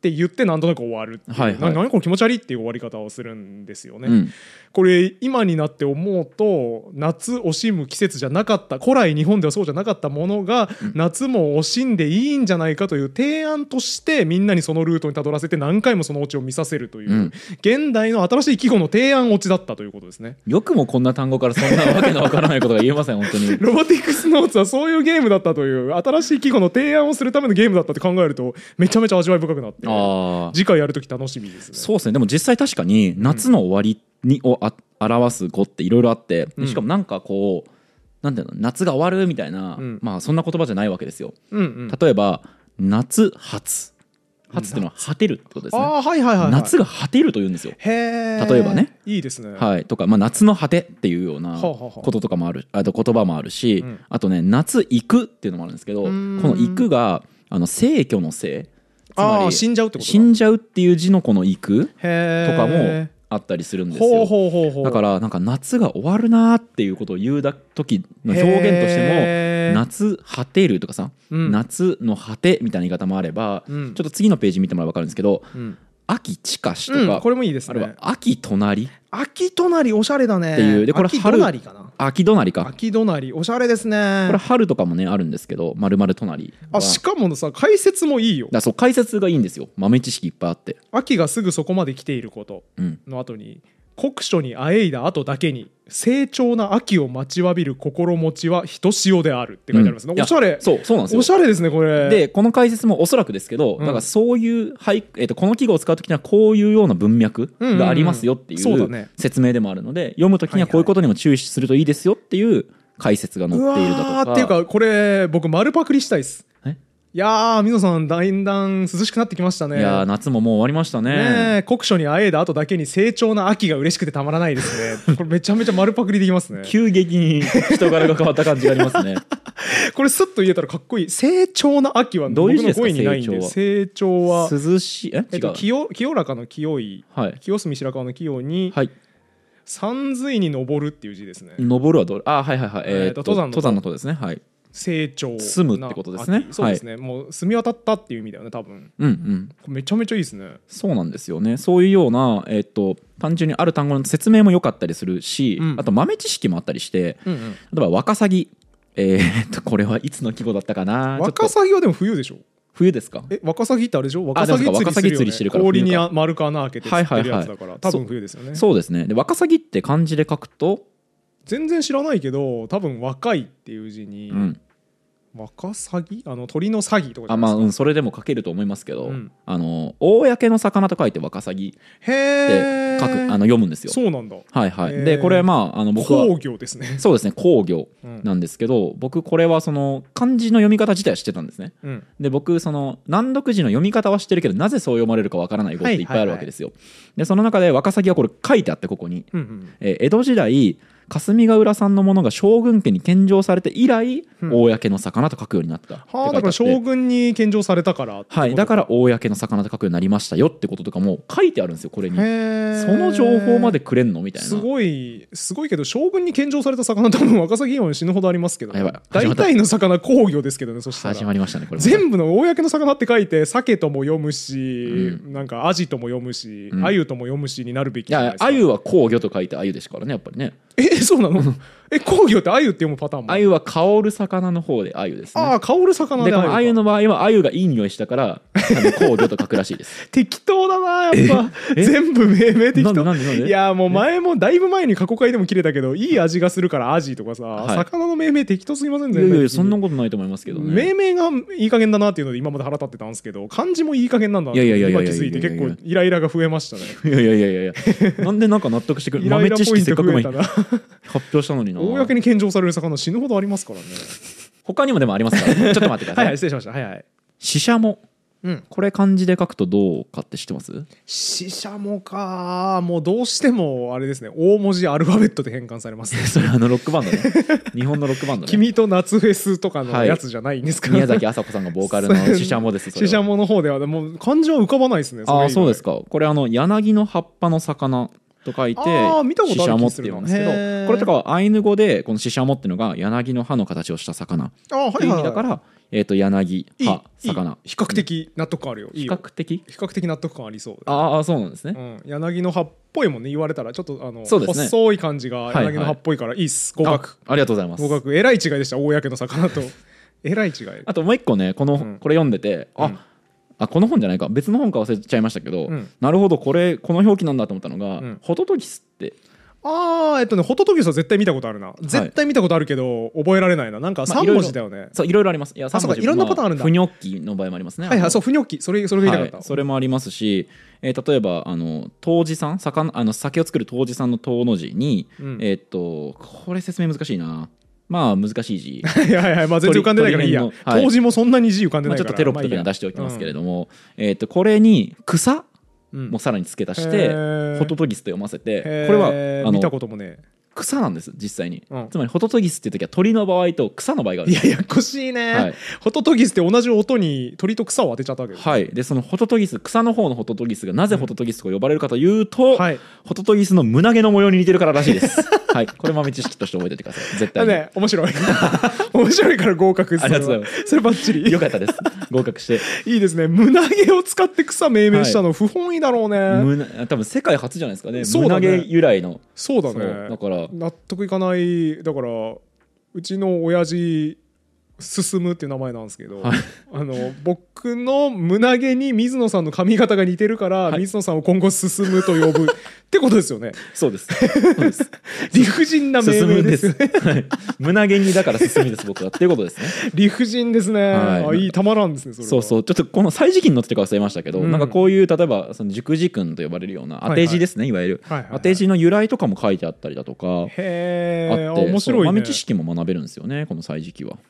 って言ってなんとなく終わるっていう、はいはい、何この気持ち悪いっていう終わり方をするんですよね、 うん、 これ今になって思うと夏惜しむ季節じゃなかった、古来日本ではそうじゃなかったものが、うん、夏も惜しんでいいんじゃないかという提案としてみんなにそのルートにたどらせて何回もそのオチを見させるという、うん、現代の新しい季語の提案オチだったということですね。 よくもこんな単語からそんなわけのわからないことが言えません本当に。 ロボティクスノーツはそういうゲームだったという、新しい季語の提案をするためのゲームだったって考えるとめちゃめちゃ味わい深くなって、あ次回やるとき楽しみですね。 そうですね。でも実際確かに夏の終わりにをあ表す語っていろいろあって、うん、しかもなんかこうなんていうの、夏が終わるみたいな、うん、まあそんな言葉じゃないわけですよ、うんうん、例えば夏初初っていうのは果てるってことですね。あ、はいはいはいはい、夏が果てるというんですよ。 へ例えばね、 いいですね、 はい、とか、まあ、夏の果てっていうようなこととかもある、あと言葉もあるし、うん、あとね夏行くっていうのもあるんですけど、この行くがあの逝去の生、つまり死んじゃうってことだ、 死んじゃうっていう字のこの行くとかもあったりするんですよ。 ほうほうほうほう。 だからなんか夏が終わるなっていうことを言う時の表現としても夏果てるとかさ、うん、夏の果てみたいな言い方もあれば、うん、ちょっと次のページ見てもらえば分かるんですけど、うん、秋近しとか、 うん、これもいいですね。 あるいは秋隣、 秋隣おしゃれだねっていう。でこれ春、 秋隣かな、 秋隣か、 秋隣おしゃれですね。 これ春とかもねあるんですけど、丸々隣、 あしかもさ解説もいいよ。 だそう解説がいいんですよ。豆知識いっぱいあって、 秋がすぐそこまで来ていることの後に、うん酷暑にあえいだ後だけに成長な秋を待ちわびる心持ちはひとしおであるって書いてありますね、うん、おしゃれ。 そうそうなんですよ。 おしゃれですねこれで。この解説もおそらくですけど、うん、だからそういう、はいえー、とこの記号を使うときにはこういうような文脈がありますよっていう説明でもあるので、読むときにはこういうことにも注意するといいですよっていう解説が載っているだとか。 うわーっていうかこれ僕丸パクリしたいです。いやー、みぞさんだんだん涼しくなってきましたね。 いやー、夏ももう終わりましたね。 ね、酷暑にあえいだ後だけに成長な秋が嬉しくてたまらないですね。これめちゃめちゃ丸パクリできますね。 急激に人柄が変わった感じがありますね。 これスッと言えたらかっこいい。成長な秋は僕の語彙にないんで、成長は涼しい、ええっと、清清らかの清い、はい、清澄白河の清に、はい、山水に登るっていう字ですね。 登るはどれ、あ、はいはいはい、えー、と登山の登山のとですね、はい、 成長住むってことですね。 そうですね、はい、もう住み渡ったっていう意味だよね多分。 うんうん、 めちゃめちゃいいですね。 そうなんですよね。そういうような、えー、と単純にある単語の説明も良かったりするし、うん、あと豆知識もあったりして、うんうん、例えばワカサギ、えー、とこれはいつの季語だったかな。 ワカサギはでも冬でしょ。 冬ですか。 えワカサギってあれでしょ。ワカサギ釣りしてるよね。氷に丸く穴開けて釣ってるやつだから、はいはいはい、多分冬ですよね。 そ, そうですね。でワカサギって漢字で書くと全然知らないけど多分若いっていう字に、うん、ワカサギ、あの鳥のサギとかじゃないですか。あ、まあ、うん、それでも書けると思いますけど、うん、あの公の魚と書いてワカサギって書く、あの読むんですよ。 そうなんだ。 はいはい。でこれまああの僕は工業ですね。 そうですね、工業なんですけど、うん、僕これはその漢字の読み方自体は知ってたんですね。うん、で僕その難読字の読み方は知ってるけどなぜそう読まれるかわからない語っていっぱいあるわけですよ。はいはいはい、でその中でワカサギはこれ書いてあってここに、うんうん、えー、江戸時代霞ヶ浦産のものが将軍家に献上されて以来、うん、公の魚と書くようになった。 はあ、だから将軍に献上されたからはい、だから公の魚と書くようになりましたよってこととかも書いてあるんですよこれに。その情報までくれんのみたいな。 すごいすごいけど将軍に献上された魚多分ワカサギ以外に死ぬほどありますけど、ね、大体の魚工業ですけどね。そしたら始まりましたねこれ。 全部の公の魚って書いて鮭とも読むし、うん、なんかアジとも読むし、うん、鮎とも読むしになるべきじゃないですか。 いや鮎は工業と書いて鮎ですからねやっぱりね。 えそうなのえ工業って鮎って読むパターンも。 鮎は香る魚の方で鮎ですね。 ああ香る魚で鮎。でこの鮎の場合は鮎がいい匂いしたから工業と書くらしいです。 適当だなやっぱ全部命名適当。いやもう前もだいぶ前に過去回でも切れたけどいい味がするからアジとかさ、はい、魚の命名適当すぎませんね。 いやいやそんなことないと思いますけどね。 命名がいい加減だなっていうので今まで腹立ってたんですけど漢字もいい加減なんだって今気づいて結構イライラが増えましたね。 いやいやいやいやなんでなんか納得してくる。豆知識せっかく発表したのにな。 公に献上される魚死ぬほどありますからね。 他にもでもありますからちょっと待ってください。 はい、はい、失礼しました。はいはい。 ししゃも、うん、これ漢字で書くとどうかって知ってます？ ししゃもかもうどうしてもあれですね大文字アルファベットで変換されますね。 それあのロックバンドね日本のロックバンドね君と夏フェスとかのやつじゃないんですか、はい、 宮崎朝子さんがボーカルのししゃもです。 ししゃもの方ではもう漢字は浮かばないですね。 ああそうですか。これあの柳の葉っぱの魚と書いてししゃもって言うんですけど、これとかはアイヌ語でこのししゃもっていうのが柳の葉の形をした魚っていう意味だからえー、と柳葉魚、 比較的納得感あるよ。いいよ、 比較的比較的納得感ありそう。 ああそうなんですね、 うん、柳の葉っぽいもんね。言われたらちょっとあの、 そうですね、 細い感じが柳の葉っぽいからいいっす、はいはい、合格あ, ありがとうございます。 合格。えらい違いでした。公の魚とえらい違い。 あともう一個ねこの、うん、これ読んでて、あ、うん、あこの本じゃないか別の本か忘れちゃいましたけど、うん、なるほどこれこの表記なんだと思ったのが、うん、ホトトギスって。 あーえっとねホトトギスは絶対見たことあるな、はい、絶対見たことあるけど覚えられないな。なんかさん文字だよね、まあ、 そういろいろあります。いやさん文字、 いろんなパターンあるんだ。 まあ、不ニョッキの場合もありますね。 はいはい、そう不ニョッキ、それそれが言いたかった、 はい、それもありますし、えー、例えばあの杜氏さん、魚あの酒を作る杜氏さんの杜の字に、うん、えー、っとこれ説明難しいな。まあ難しい字いやいや、まあ、全然浮かんでないからいいや。杜氏もそんなに字浮かんでないから、 まあ、ちょっとテロップとかには出しておきますけれども、まあ、えー、っとこれに草もさらに付け足して、うん、ホトトギスと読ませて、これはあの見たこともね草なんです実際に、うん、つまりホトトギスっていう時は鳥の場合と草の場合がある。 いやややこしいね、はい、ホトトギスって同じ音に鳥と草を当てちゃったわけです、 はい、でそのホトトギス草の方のホトトギスがなぜホトトギスと呼ばれるかというと、うんはい、ホトトギスの胸毛の模様に似てるかららしいですはい、これ豆知識として覚えておいてください絶対にね。面白い面白いから合格です。 ありがとうございます。 それバッチリよかったです合格していいですね。胸毛を使って草命名したの、はい、不本意だろうね。 胸多分世界初じゃないですかね。そうだね、胸毛由来の。 そうだね。 だから納得いかない。だからうちの親父進むっていう名前なんですけど、はい、あの僕の胸毛に水野さんの髪型が似てるから、はい、水野さんを今後進むと呼ぶってことですよね。 そうですそうです理不尽な命名ですよねはい、胸毛にだから進みです僕はっていうことですね。 理不尽ですね、はい、あいいたまらんですね。それはそうそうちょっとこの歳時記に載ってるか忘れましたけど、うん、なんかこういう例えばその熟字訓と呼ばれるような当て字ですね、はいはい、いわゆる、はいはいはい、当て字の由来とかも書いてあったりだとかへーあって面白いね。 豆知識も学べるんですよねこの歳時記は。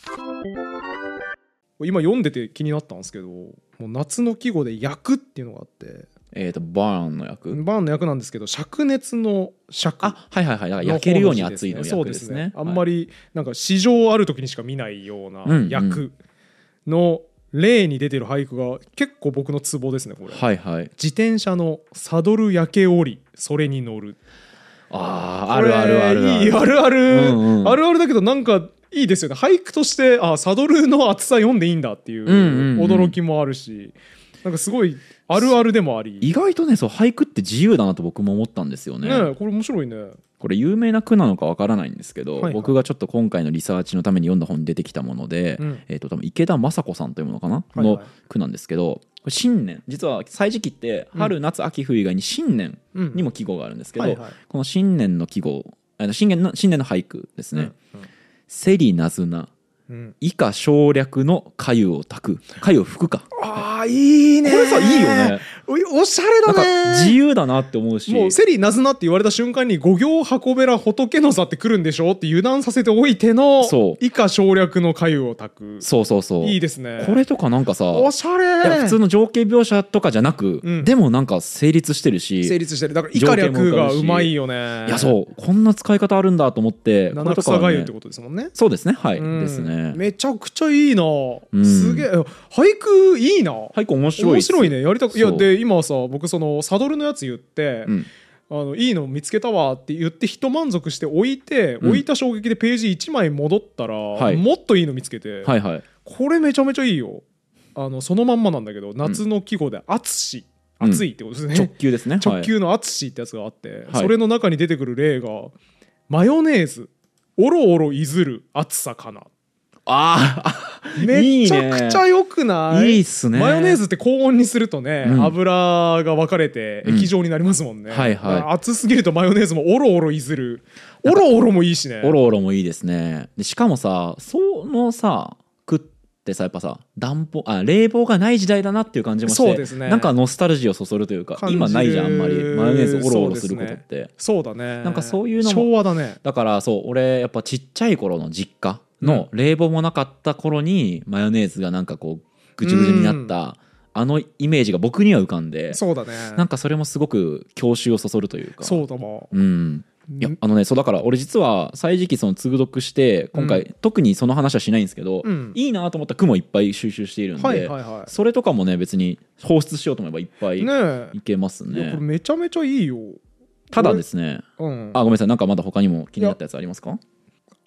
今読んでて気になったんですけど、もう夏の季語で焼くっていうのがあって、 えーとバーンの役バーンの役なんですけど灼熱の灼、 あはいはいはい、だから焼けるように熱いの役ですね。そうですね、 あんまりなんか市場ある時にしか見ないような役の例に出てる俳句が結構僕のツボですねこれ、 はいはい、 自転車のサドル焼けおりそれに乗る。 あーあるあるあるいいあるある、うんうん、あるあるだけどなんかいいですよね。俳句としてあサドルの厚さ読んでいいんだっていう驚きもあるし、なんかすごいあるあるでもあり、 意外とねそう俳句って自由だなと僕も思ったんですよね。 ねこれ面白いね。 これ有名な句なのかわからないんですけど、はいはい、僕がちょっと今回のリサーチのために読んだ本に出てきたもので、うんえー、と多分池田雅子さんというものかな、はいはい、の句なんですけど、これ新年実は歳時記って春夏秋冬以外に新年にも季語があるんですけど、うんはいはい、この新年の季語新年の新年の俳句ですね、うんうん、せりなずな以下省略の粥を炊く粥を吹くか。 あーいいね。 これさいいよね。 おしゃれだね。 なんか自由だなって思うし、 もうセリなずなって言われた瞬間に五行箱べら仏の座ってくるんでしょって油断させておいての以下省略の粥を炊く。 そうそうそういいですね。 これとかなんかさおしゃれ。 いや普通の情景描写とかじゃなく、うん、でもなんか成立してるし成立してる。だから以下略がうまいよね。 いやそうこんな使い方あるんだと思って。 七草がゆってことですもんね。 そうですねはい、 うん、 ですね。 めちゃくちゃいいな、うん、すげえ俳句いいな。 俳句面白い面白いね。やりたくいやで今さ僕そのサドルのやつ言って、うん、あのいいの見つけたわって言って一満足して置いて、うん、置いた衝撃でページいちまい戻ったら、はい、もっといいの見つけて、はいはい、これめちゃめちゃいいよ。あのそのまんまなんだけど夏の季語で暑し、うん、暑いってことですね、 直球ですね。 直球の暑しってやつがあって、はい、それの中に出てくる例がマヨネーズおろおろいずる暑さかな。 あーめちゃくちゃ良くない？ いいっすね。 マヨネーズって高温にするとね、うん、油が分かれて液状になりますもんね、うんはいはい、熱すぎるとマヨネーズもオロオロいずる。オロオロもいいしね。 オロオロもいいですね。でしかもさそのさ句ってさやっぱさ暖房あ冷房がない時代だなっていう感じもしてそうです、ね、なんかノスタルジーをそそるというか今ないじゃんあんまりマヨネーズオロオロすることって。 そうだね。 なんかそういうのも昭和だね。 だからそう俺やっぱちっちゃい頃の実家の冷房もなかった頃にマヨネーズがなんかこうぐちゅぐちゅになったあのイメージが僕には浮かんで、 そうだね。 なんかそれもすごく郷愁をそそるというか。 そうだもん。うん。いやあのねそうだから俺実は歳時記その通読して今回、うん、特にその話はしないんですけど、うん、いいなと思った句もいっぱい収集しているんで、はいはいはい、それとかもね別に放出しようと思えばいっぱいいけますね。 ねこれめちゃめちゃいいよ。 ただですね、うん、あごめんなさいなんかまだ他にも気になったやつありますか？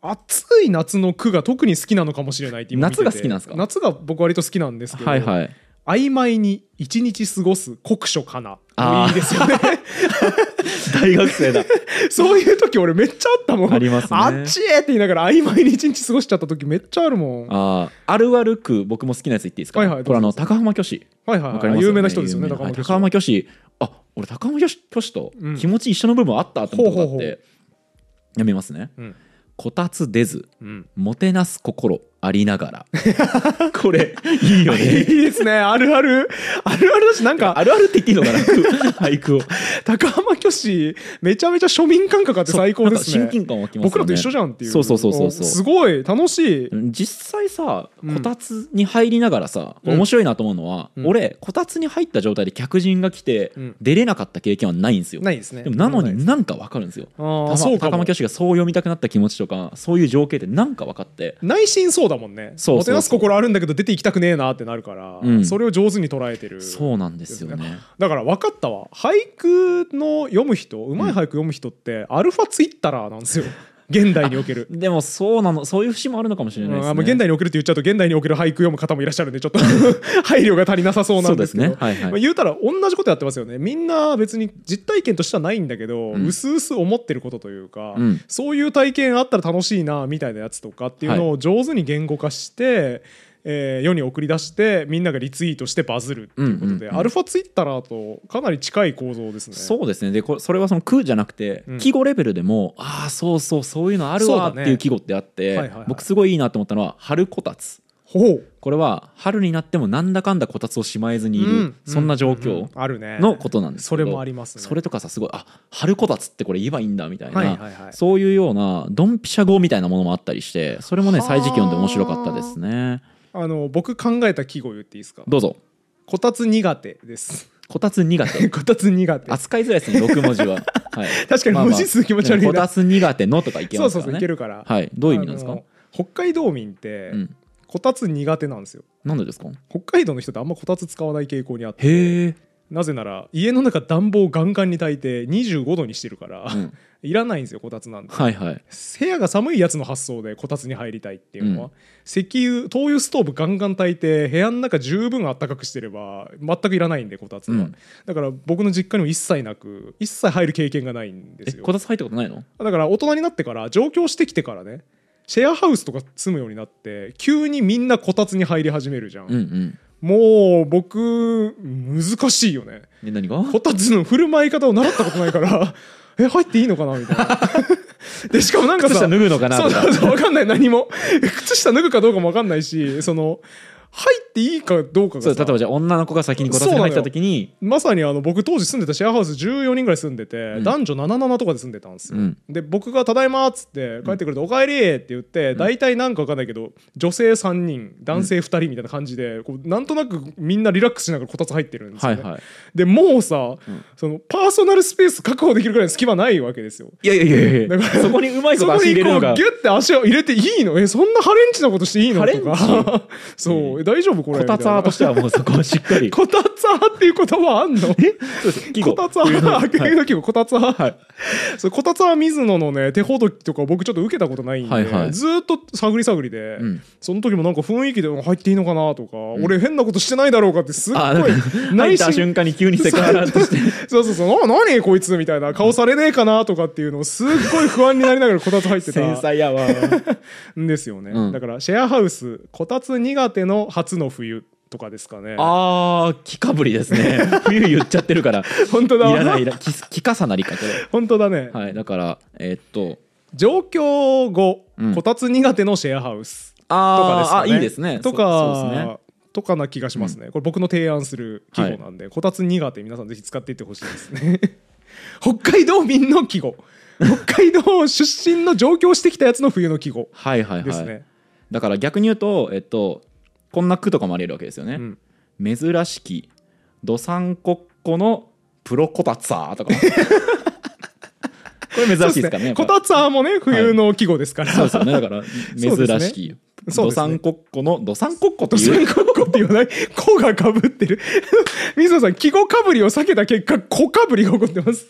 暑い夏の句が特に好きなのかもしれないって今見てて。 夏が好きなんですか？ 夏が僕割と好きなんですけど、 はいはい、 曖昧に一日過ごす酷暑かな。いいですよね。 大学生だ。 そういう時俺めっちゃあったもん。 ありますね。 あっちえって言いながら曖昧に一日過ごしちゃった時めっちゃあるもん。 ああるある句僕も好きなやつ言っていいですか？はいはい、これあの高浜虚子、 はいはいはい、ね、有名な人ですよね。高浜虚子、 高浜虚子、あ俺高浜虚子と気持ち一緒の部分あったと思って、うん、読みますね。うん、こたつ出ず、うん、もてなす心ありながら。これいいよね。 いいですね。あるあるあるあるだし、なんかあるあるって言っていいのかな。俳句を。 高浜虚子めちゃめちゃ庶民感覚あって最高ですね。 親近感湧きますよね。 僕らと一緒じゃんっていう。 そうそうそうそうそう。 すごい楽しい。 実際さ、こたつに入りながらさ、うん、面白いなと思うのは、うん、俺こたつに入った状態で客人が来て、うん、出れなかった経験はないんですよ。 ないですね。 でもなのになんかわかるんですよ。あそう高浜虚子がそう読みたくなった気持ちとか、そういう情景ってなんか分かって。 内心そうだもんね。そうそうそう。もてなす心あるんだけど出ていきたくねえなってなるから、うん、それを上手に捉えてる、ね、 そうなんですよね。 だから分かったわ。俳句の読む人、うまい俳句読む人って、うん、アルファツイッターなんですよ。現代における。 でもそうなの、そういう節もあるのかもしれないですね。 うん、現代におけるって言っちゃうと現代における俳句読む方もいらっしゃるんでちょっと配慮が足りなさそうなんですけど、そうですね、はいはい、まあ、言うたら同じことやってますよね。みんな別に実体験としてはないんだけど、うん、薄々思ってることというか、うん、そういう体験あったら楽しいなみたいなやつとかっていうのを上手に言語化して、はい、えー、世に送り出してみんながリツイートしてバズるっていうことで、うんうんうん、アルファツイッターとかなり近い構造ですね。 そうですね。でこれそれはその句じゃなくて、うん、季語レベルでもああそうそうそういうのあるわっていう季語ってあって、ね、はいはいはい、僕すごいいいなと思ったのは春こたつ。ほう、これは春になってもなんだかんだこたつをしまえずにいる、うん、そんな状況のことなんですけど、 それもありますね。 それとかさすごいあ春こたつってこれ言えばいいんだみたいな、はいはいはい、そういうようなドンピシャ語みたいなものもあったりして、それもね歳時記読んで面白かったですね。 あの僕考えた季語言っていいですか？ どうぞ。 こたつ苦手です。 こたつ苦手。 こたつ苦手。 扱いづらいですね、ろく文字は。はい、 確かに文字数気持ち悪いな。 こたつ苦手のとかいけますからね。 そうそうそういけるから。 はい。どういう意味なんですか？ 北海道民って、うん、こたつ苦手なんですよ。 なんでですか？ 北海道の人ってあんまこたつ使わない傾向にあって。 へー。 なぜなら家の中暖房ガンガンに炊いてにじゅうごどにしてるから、うん、いらないんですよこたつなんて、はいはい、部屋が寒いやつの発想でこたつに入りたいっていうのは、うん、石油灯油ストーブガンガン炊いて部屋の中十分暖かくしてれば全くいらないんでこたつは、うん、だから僕の実家にも一切なく一切入る経験がないんですよ。 えこたつ入ったことないの？ だから大人になってから上京してきてからねシェアハウスとか住むようになって急にみんなこたつに入り始めるじゃん、うんうん、もう僕難しいよね。 え何が？ こたつの振る舞い方を習ったことないからえ入っていいのかなみたいなでしかもなんかさ靴下脱ぐのかなとかそうそうそう分かんない何も靴下脱ぐかどうかも分かんないしその入っていいかどうかがさそう例えばじゃあ女の子が先にこたつに入った時にまさにあの僕当時住んでたシェアハウスじゅうよにんぐらい住んでて、うん、男女ななななとかで住んでたんですよ、うん、で僕がただいまっつって帰ってくると、うん、おかえりって言って大体なんか分かんないけど女性さんにん男性ふたりみたいな感じでこうなんとなくみんなリラックスしながらこたつ入ってるんですよね、はいはい、でもうさ、うん、そのパーソナルスペース確保できるぐらいの隙間ないわけですよ。 いやいやいやいやだからそこにうまいこと足入れるのがそこにこうギュッて足を入れていいのえそんなハレンチなことしていいのとかそう、大丈夫これこたつ派としてはもうそこはしっかりこたつ派っていう言葉あんの？えこたつ派冬の季語こたつ派、はい、そこたつ派水野のね手ほどきとか僕ちょっと受けたことないんで、はいはい、ずっと探り探りで、うん、その時もなんか雰囲気で入っていいのかなとか、うん、俺変なことしてないだろうかってすっごい内心入った瞬間に急にセクハラとしてそうそうそうな何こいつみたいな顔されねえかなとかっていうのをすっごい不安になりながらこたつ入ってた繊細やわんですよね、うん、だからシェアハウスこたつ苦手の初の冬とかですかね。 あー木かぶりですね冬言っちゃってるから本当だいらないいら木重なりかこれ本当だね、 はい、だからえー、っと上京後、うん、こたつ苦手のシェアハウスとかですかね。 ああいいですねとかそうですねとかな気がしますね、うん、これ僕の提案する季語なんで、はい、こたつ苦手皆さんぜひ使っていってほしいですね北海道民の季語北海道出身の上京してきたやつの冬の季語ですね。はいはいはい、 だから逆に言うとえっとこんな句とかもあり得るわけですよね、うん、珍しきどさんこっこのプロこたつァーとかこれ珍しいですかね。 こたつァーもね冬の季語ですから、 はい、そうですよね。だから珍しきどさんこっこのどさんこっこっていうどさんこっこって言わない「こ」がかぶってる水野さん季語かぶりを避けた結果「こ」かぶりが起こってます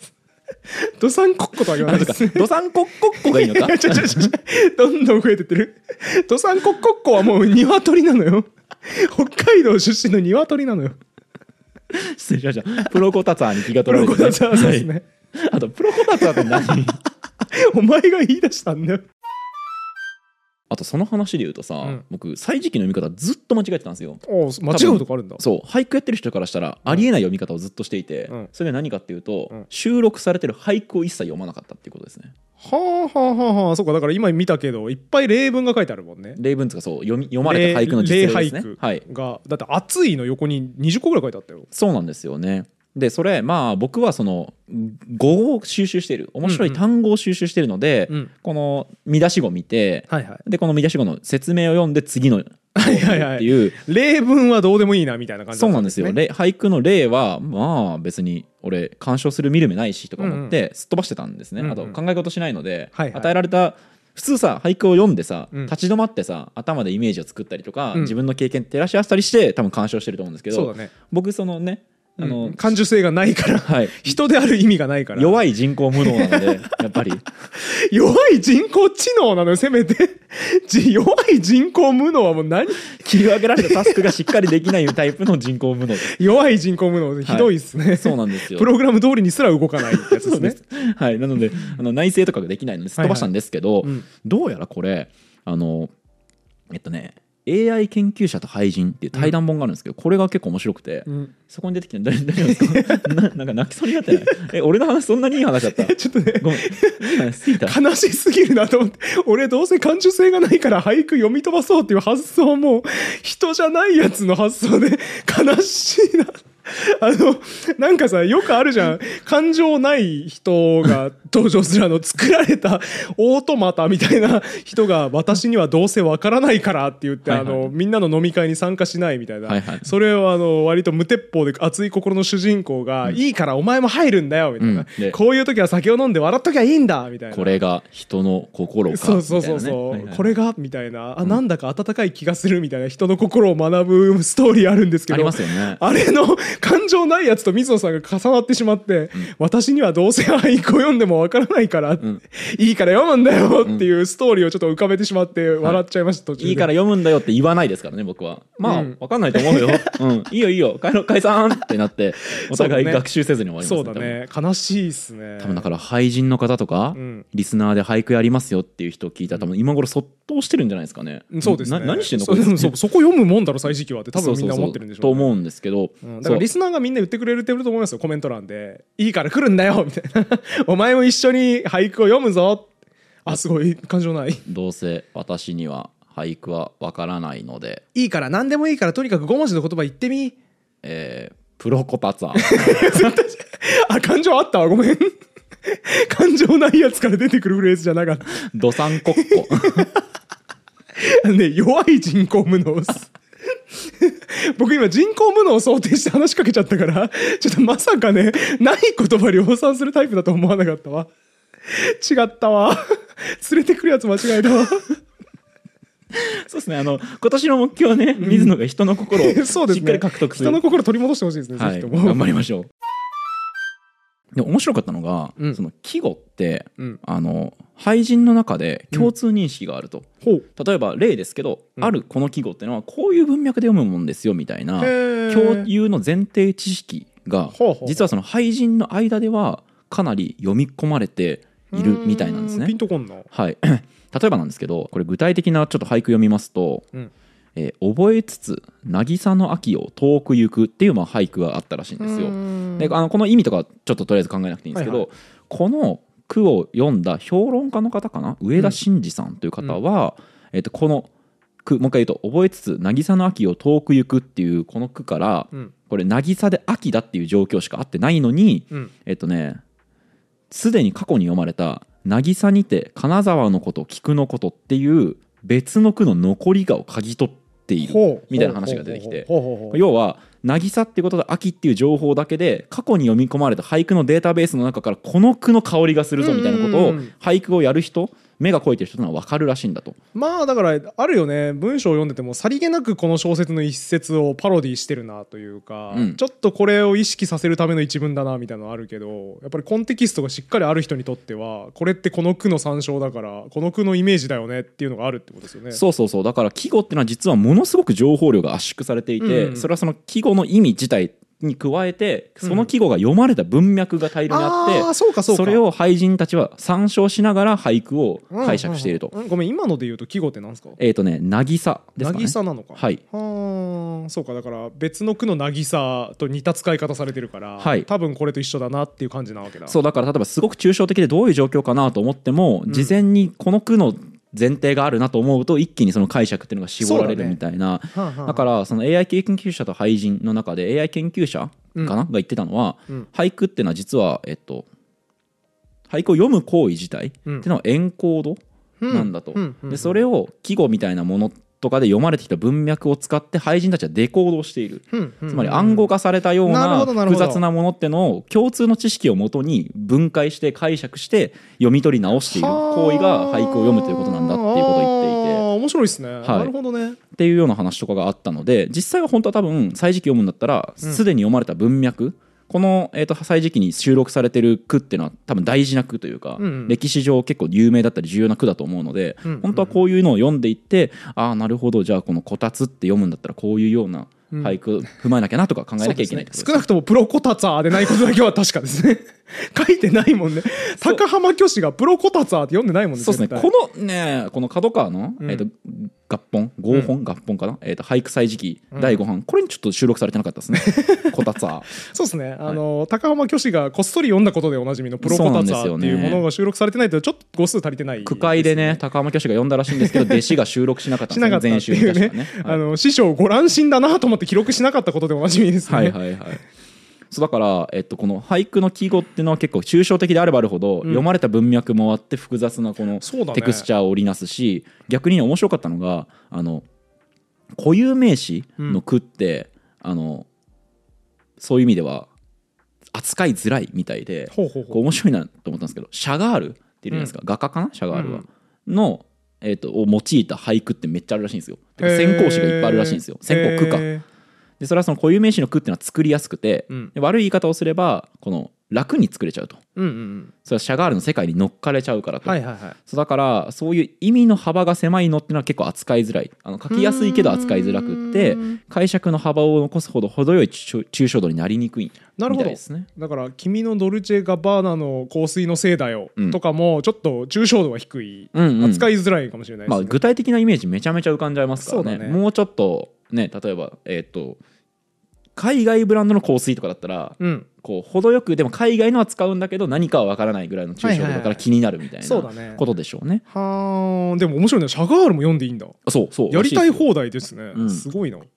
ドサンコッコとは言わないですね。 ドサンコッコッコがいいのかどんどん増えてってる。ドサンコッコッコはもう鶏なのよ。北海道出身の鶏なのよ。 失礼しました。プロコタツァーに気が取られて、ね、 プロコタツァーですね、はい、 あとプロコタツァーって何お前が言い出したんだよ。 あとその話で言うとさ、うん、僕歳時記の読み方ずっと間違えてたんですよ。 間違うとこあるんだ。 そう俳句やってる人からしたらありえない読み方をずっとしていて、うん、それは何かっていうと、うん、収録されてる俳句を一切読まなかったっていうことですね。 はあはあはあはあ。そうか、だから今見たけどいっぱい例文が書いてあるもんね。 例文とかそう 読, み読まれた俳句の実例ですね。 例俳句が、はい、だって熱いの横ににじゅっこぐらい書いてあったよ。 そうなんですよね。でそれまあ僕はその語を収集している面白い単語を収集しているので、うんうん、この見出し語見て、はいはい、でこの見出し語の説明を読んで次のはいはいはい、っていう例文はどうでもいいなみたいな感じだったんですね。 そうなんですよ。俳句の例はまあ別に俺鑑賞する見る目ないしとか思ってすっ飛ばしてたんですね、うんうん、あと考え事しないので、うんうん、与えられた普通さ俳句を読んでさ、うん、立ち止まってさ頭でイメージを作ったりとか、うん、自分の経験照らし合わせたりして多分鑑賞してると思うんですけど、 そうだね、 僕そのねあの、うん、 感受性がないから、はい、人である意味がないから弱い人工無能なのでやっぱり弱い人工知能なのよ。せめて弱い人工無能はもう何切り分けられたタスクがしっかりできないタイプの人工無能弱い人工無能ひどいっすね、はい、 そうなんですよ。 プログラム通りにすら動かないやつですねはい、なのであの内製とかができないのですっ飛ばしたんですけど、はいはい、うん、どうやらこれあのえっとねエーアイ 研究者と俳人っていう対談本があるんですけど、うん、これが結構面白くて、うん、そこに出てきて大丈夫ですかな, なんか泣きそうになってないえ俺の話そんなにいい話だったちょっとねごめんいい話すぎた悲しすぎるなと思って俺どうせ感受性がないから俳句読み飛ばそうっていう発想も人じゃないやつの発想で悲しいなあのなんかさよくあるじゃん感情ない人が登場するあの作られたオートマタみたいな人が私にはどうせわからないからって言って、はいはい、あのみんなの飲み会に参加しないみたいな、はいはい、それをあの割と無鉄砲で熱い心の主人公が、うん、いいからお前も入るんだよみたいな、うん、こういう時は酒を飲んで笑っときゃいいんだみたいな、 これが人の心かそうそうそうそう、はいはい、これがみたいな、あなんだか温かい気がするみたいな人の心を学ぶストーリーあるんですけど、 ありますよね。 あれの感情ないやつと水野さんが重なってしまって、うん、私にはどうせ俳句を読んでもわからないから、うん、いいから読むんだよっていうストーリーをちょっと浮かべてしまって笑っちゃいました、 はい、途中でいいから読むんだよって言わないですからね僕は。まあ、うん、わかんないと思うよ、うん、いいよいいよ帰ろう解散ってなってお互い学習せずに終わりますね。 そうだね、悲しいっすね。 多分だから俳人の方とか、うん、リスナーで俳句やりますよっていう人を聞いたら多分今頃そっとしてるんじゃないですかね。 そうですね。 何してんのこれ そ, そ, そこ読むもんだろ歳時記はって多分みんな思ってるんでしょうね。 と思うんですけど、 うん、だからリスナーがみんな言ってくれてると思いますよコメント欄で。いいから来るんだよみたいなお前も一緒に俳句を読むぞ。あすごい感情ない。 どうせ私には俳句はわからないのでいいから何でもいいからとにかくご文字の言葉言ってみ。 えー、プロコタツァあ感情あったわごめん感情ないやつから出てくるフレーズじゃなかった。 ドサンコッコね、弱い人工無能っす僕今人工無能を想定して話しかけちゃったからちょっとまさかねない言葉量産するタイプだと思わなかったわ。違ったわ連れてくるやつ間違えたわそうですね、あの今年の目標はね、うん、水野が人の心をしっかり獲得する、 人の心取り戻してほしいですね、 はい、 ぜひとも頑張りましょう。で面白かったのが、うん、その季語って、うん、あの俳人の中で共通認識があると、うん、例えば例ですけど、うん、あるこの季語っていうのはこういう文脈で読むもんですよみたいな共有の前提知識が実はその俳人の間ではかなり読み込まれているみたいなんですね。 ピンとこんな、 はい、例えばなんですけどこれ具体的なちょっと俳句読みますと、うんえー、覚えつつ渚の秋を遠く行くっていうまあ俳句があったらしいんですよ。であのこの意味とかちょっととりあえず考えなくていいんですけど、はいはい、この句を読んだ評論家の方かな上田真二さんという方は、うんえー、とこの句もう一回言うと覚えつつ渚の秋を遠く行くっていうこの句から、うん、これ渚で秋だっていう状況しかあってないのに、うん、えっとねすでに過去に読まれた渚にて金沢のこと菊のことっていう別の句の残りがを嗅ぎ取っているみたいな話が出てきて、要は渚っていうことで秋っていう情報だけで過去に読み込まれた俳句のデータベースの中からこの句の香りがするぞみたいなことを俳句をやる人目が肥えてる人のは分かるらしいんだと。 まあだからあるよね、文章を読んでてもさりげなくこの小説の一節をパロディしてるなというか、うん、ちょっとこれを意識させるための一文だなみたいなのあるけど、やっぱりコンテキストがしっかりある人にとってはこれってこの句の参照だからこの句のイメージだよねっていうのがあるってことですよね。 そうそうそう、だから季語っていうのは実はものすごく情報量が圧縮されていて、うん、それはその季語の意味自体に加えてその季語が読まれた文脈が大量にあって、うん、あそうかそうか、それを俳人たちは参照しながら俳句を解釈していると、 うんうんうん、ごめん今ので言うと季語って何ですか？ えっ、ー、とね渚ですかね。 渚なのか。 はい。 はそうか、だから別の句の渚と似た使い方されてるから、はい、多分これと一緒だなっていう感じなわけだ。 そうだから例えばすごく抽象的でどういう状況かなと思っても、うん、事前にこの句の前提があるなと思うと一気にその解釈っていうのが絞られるみたいな。 だ,、ねはあはあ、だからその エーアイ 研究者と俳人の中で エーアイ 研究者かな、うん、が言ってたのは、うん、俳句っていうのは実は、えっと、俳句を読む行為自体っていうのはエンコードなんだと、うんうん、でそれを季語みたいなものとかで読まれてきた文脈を使って俳人たちはデコードをしている、うんうん、つまり暗号化されたような複雑なものってのを共通の知識をもとに分解して解釈して読み取り直している行為が俳句を読むということなんだっていうことを言っていて、 面白いですね、はい、なるほどねっていうような話とかがあったので、実際は本当は多分歳時記読むんだったらすでに読まれた文脈、うん、この、えーと歳時記に収録されてる句っていうのは多分大事な句というか、うんうん、歴史上結構有名だったり重要な句だと思うので、うんうん、本当はこういうのを読んでいって、ああなるほど、じゃあこのこたつって読むんだったらこういうような俳句踏まえなきゃなとか考えなきゃいけない、 ね、少なくともプロこたつァーでないことだけは確かですね書いてないもんね。高浜虚子がプロこたつァーって読んでないもんね。 そうですね、このねこの角川の、うん、えーと合本合本、うん、合本かな、えーと俳句歳時記だいご版、これにちょっと収録されてなかったですねこたつァーそうですね、あの、はい、高浜虚子がこっそり読んだことでおなじみのプロこたつァーっていうものが収録されてないとちょっと語数足りてない、ね、 句会でね高浜虚子が読んだらしいんですけど弟子が収録しなかったんですよ全集に確かね、はい、あの師匠ご乱心だなと思って記録しなかったことでおなじみですね。 はいはいはい。そうだから、えっと、この俳句の季語っていうのは結構抽象的であればあるほど、うん、読まれた文脈もあって複雑なこのテクスチャーを織りなすし、ね、逆に面白かったのがあの固有名詞の句って、うん、あのそういう意味では扱いづらいみたいで、ほうほうほう、こう面白いなと思ったんですけど、シャガールっているじゃないですか、うん、画家かなシャガールは、うん、の、えー、とを用いた俳句ってめっちゃあるらしいんですよ。先行詞がいっぱいあるらしいんですよ。先行句かで、それはその固有名詞の句っていうのは作りやすくて、うん、悪い言い方をすればこの楽に作れちゃうと、うんうんうん、それはシャガールの世界に乗っかれちゃうからと、はいはいはい、そうだからそういう意味の幅が狭いのっていうのは結構扱いづらい、あの書きやすいけど扱いづらくって解釈の幅を残すほど程よい抽象度になりにくいみたいですね。 だから君のドルチェガバーナの香水のせいだよとかもちょっと抽象度が低い、うんうん、扱いづらいかもしれないですね、 まあ、具体的なイメージめちゃめちゃ浮かんじゃいますから ね, ねもうちょっとね、例えばえっ、ー、と海外ブランドの香水とかだったら、うん、こう程よくでも海外のは使うんだけど何かは分からないぐらいの抽象度だから気になるみたいなことでしょうね。 はあ、でも面白いね。シャガールも読んでいいんだ。 そうそう、 やりたい放題ですね、うん、すごいな。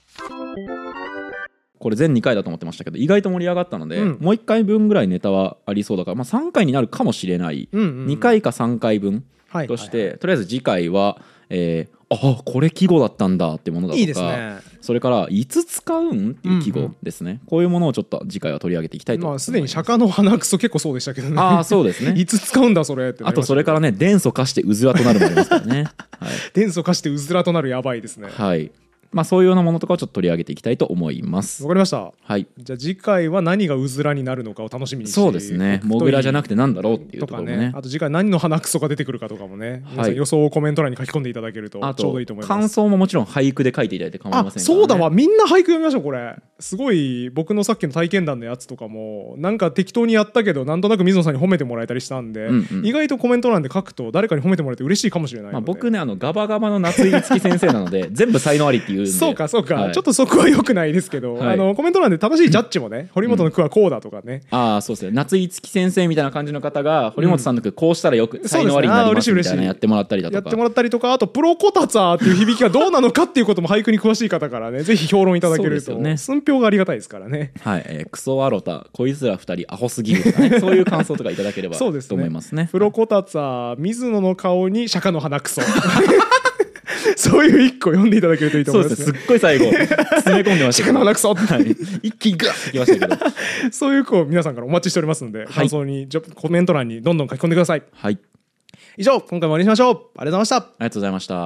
これ全にかいだと思ってましたけど意外と盛り上がったので、うん、もういっかいぶんぐらいネタはありそうだから、まあ、さんかいになるかもしれない、うんうんうん、にかいかさんかいぶんとして、はいはいはい、とりあえず次回は、えーあこれ季語だったんだってものだとか、いいですね、それからいつ使うんっていう季語ですね、うんうん、こういうものをちょっと次回は取り上げていきたいと思います。 すでに釈迦の鼻くそ結構そうでしたけどね。 あそうですねいつ使うんだそれって、 あとそれからね伝祖化してうずらとなるもありますからね、はい、 伝祖化してうずらとなるやばいですね。 はい、まあ、そういうようなものとかをちょっと取り上げていきたいと思います。 わかりました、 はい、 じゃあ次回は何がうずらになるのかを楽しみにして、 そうですね、モグラじゃなくてなんだろうっていうところもね、ね、 あと次回何の鼻くそが出てくるかとかもね、皆さん予想をコメント欄に書き込んでいただけるとちょうどいいと思います。 感想ももちろん俳句で書いていただいて構いませんからね。 あそうだわ、みんな俳句読みましょう。これすごい僕のさっきの体験談のやつとかもなんか適当にやったけどなんとなく水野さんに褒めてもらえたりしたんで、うんうん、意外とコメント欄で書くと誰かに褒めてもらえて嬉しいかもしれないので、まあ、 僕ねあのガバガバの夏井いつき先生なので全部才能ありって言うんでそうかそうか、はい、ちょっとそこは良くないですけど、はい、あのコメント欄で正しいジャッジもね、うん、堀本の句はこうだとかね、 うん、ああそうですね、夏井いつき先生みたいな感じの方が堀本さんの句こうしたらよく、うん、才能ありになりますみたいなやってもらったりだとかやってもらったりとか、あとプロコタツァーっていう響きがどうなのかっていうことも俳句に詳しい方からねぜひ評論いただけると、ね、寸評がありがたいですからね。 はい、えー、クソワロタこいつらふたりアホすぎるとかねそういう感想とかいただければと思いますね。 プロコタツァー水野の顔に釈迦の鼻くそそういう一個読んでいただけるといいと思いますね。 そうですね、すっごい最後詰め込んでましたけど、釈迦の鼻くそ、 はい、一気にガッてきましたけどそういう子を皆さんからお待ちしておりますので、はい、感想にコメント欄にどんどん書き込んでください。 はい、 以上、今回も終わりにしましょう。ありがとうございました。ありがとうございました。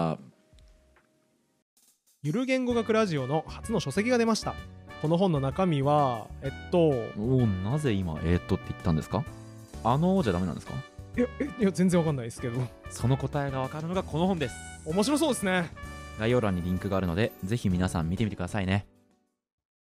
ゆる言語学ラジオの初の書籍が出ました。この本の中身はえっとおなぜ今えー、っとって言ったんですか？あのじゃダメなんですか？ いやいや全然わかんないですけど、 その答えがわかるのがこの本です。 面白そうですね。 概要欄にリンクがあるのでぜひ皆さん見てみてくださいね。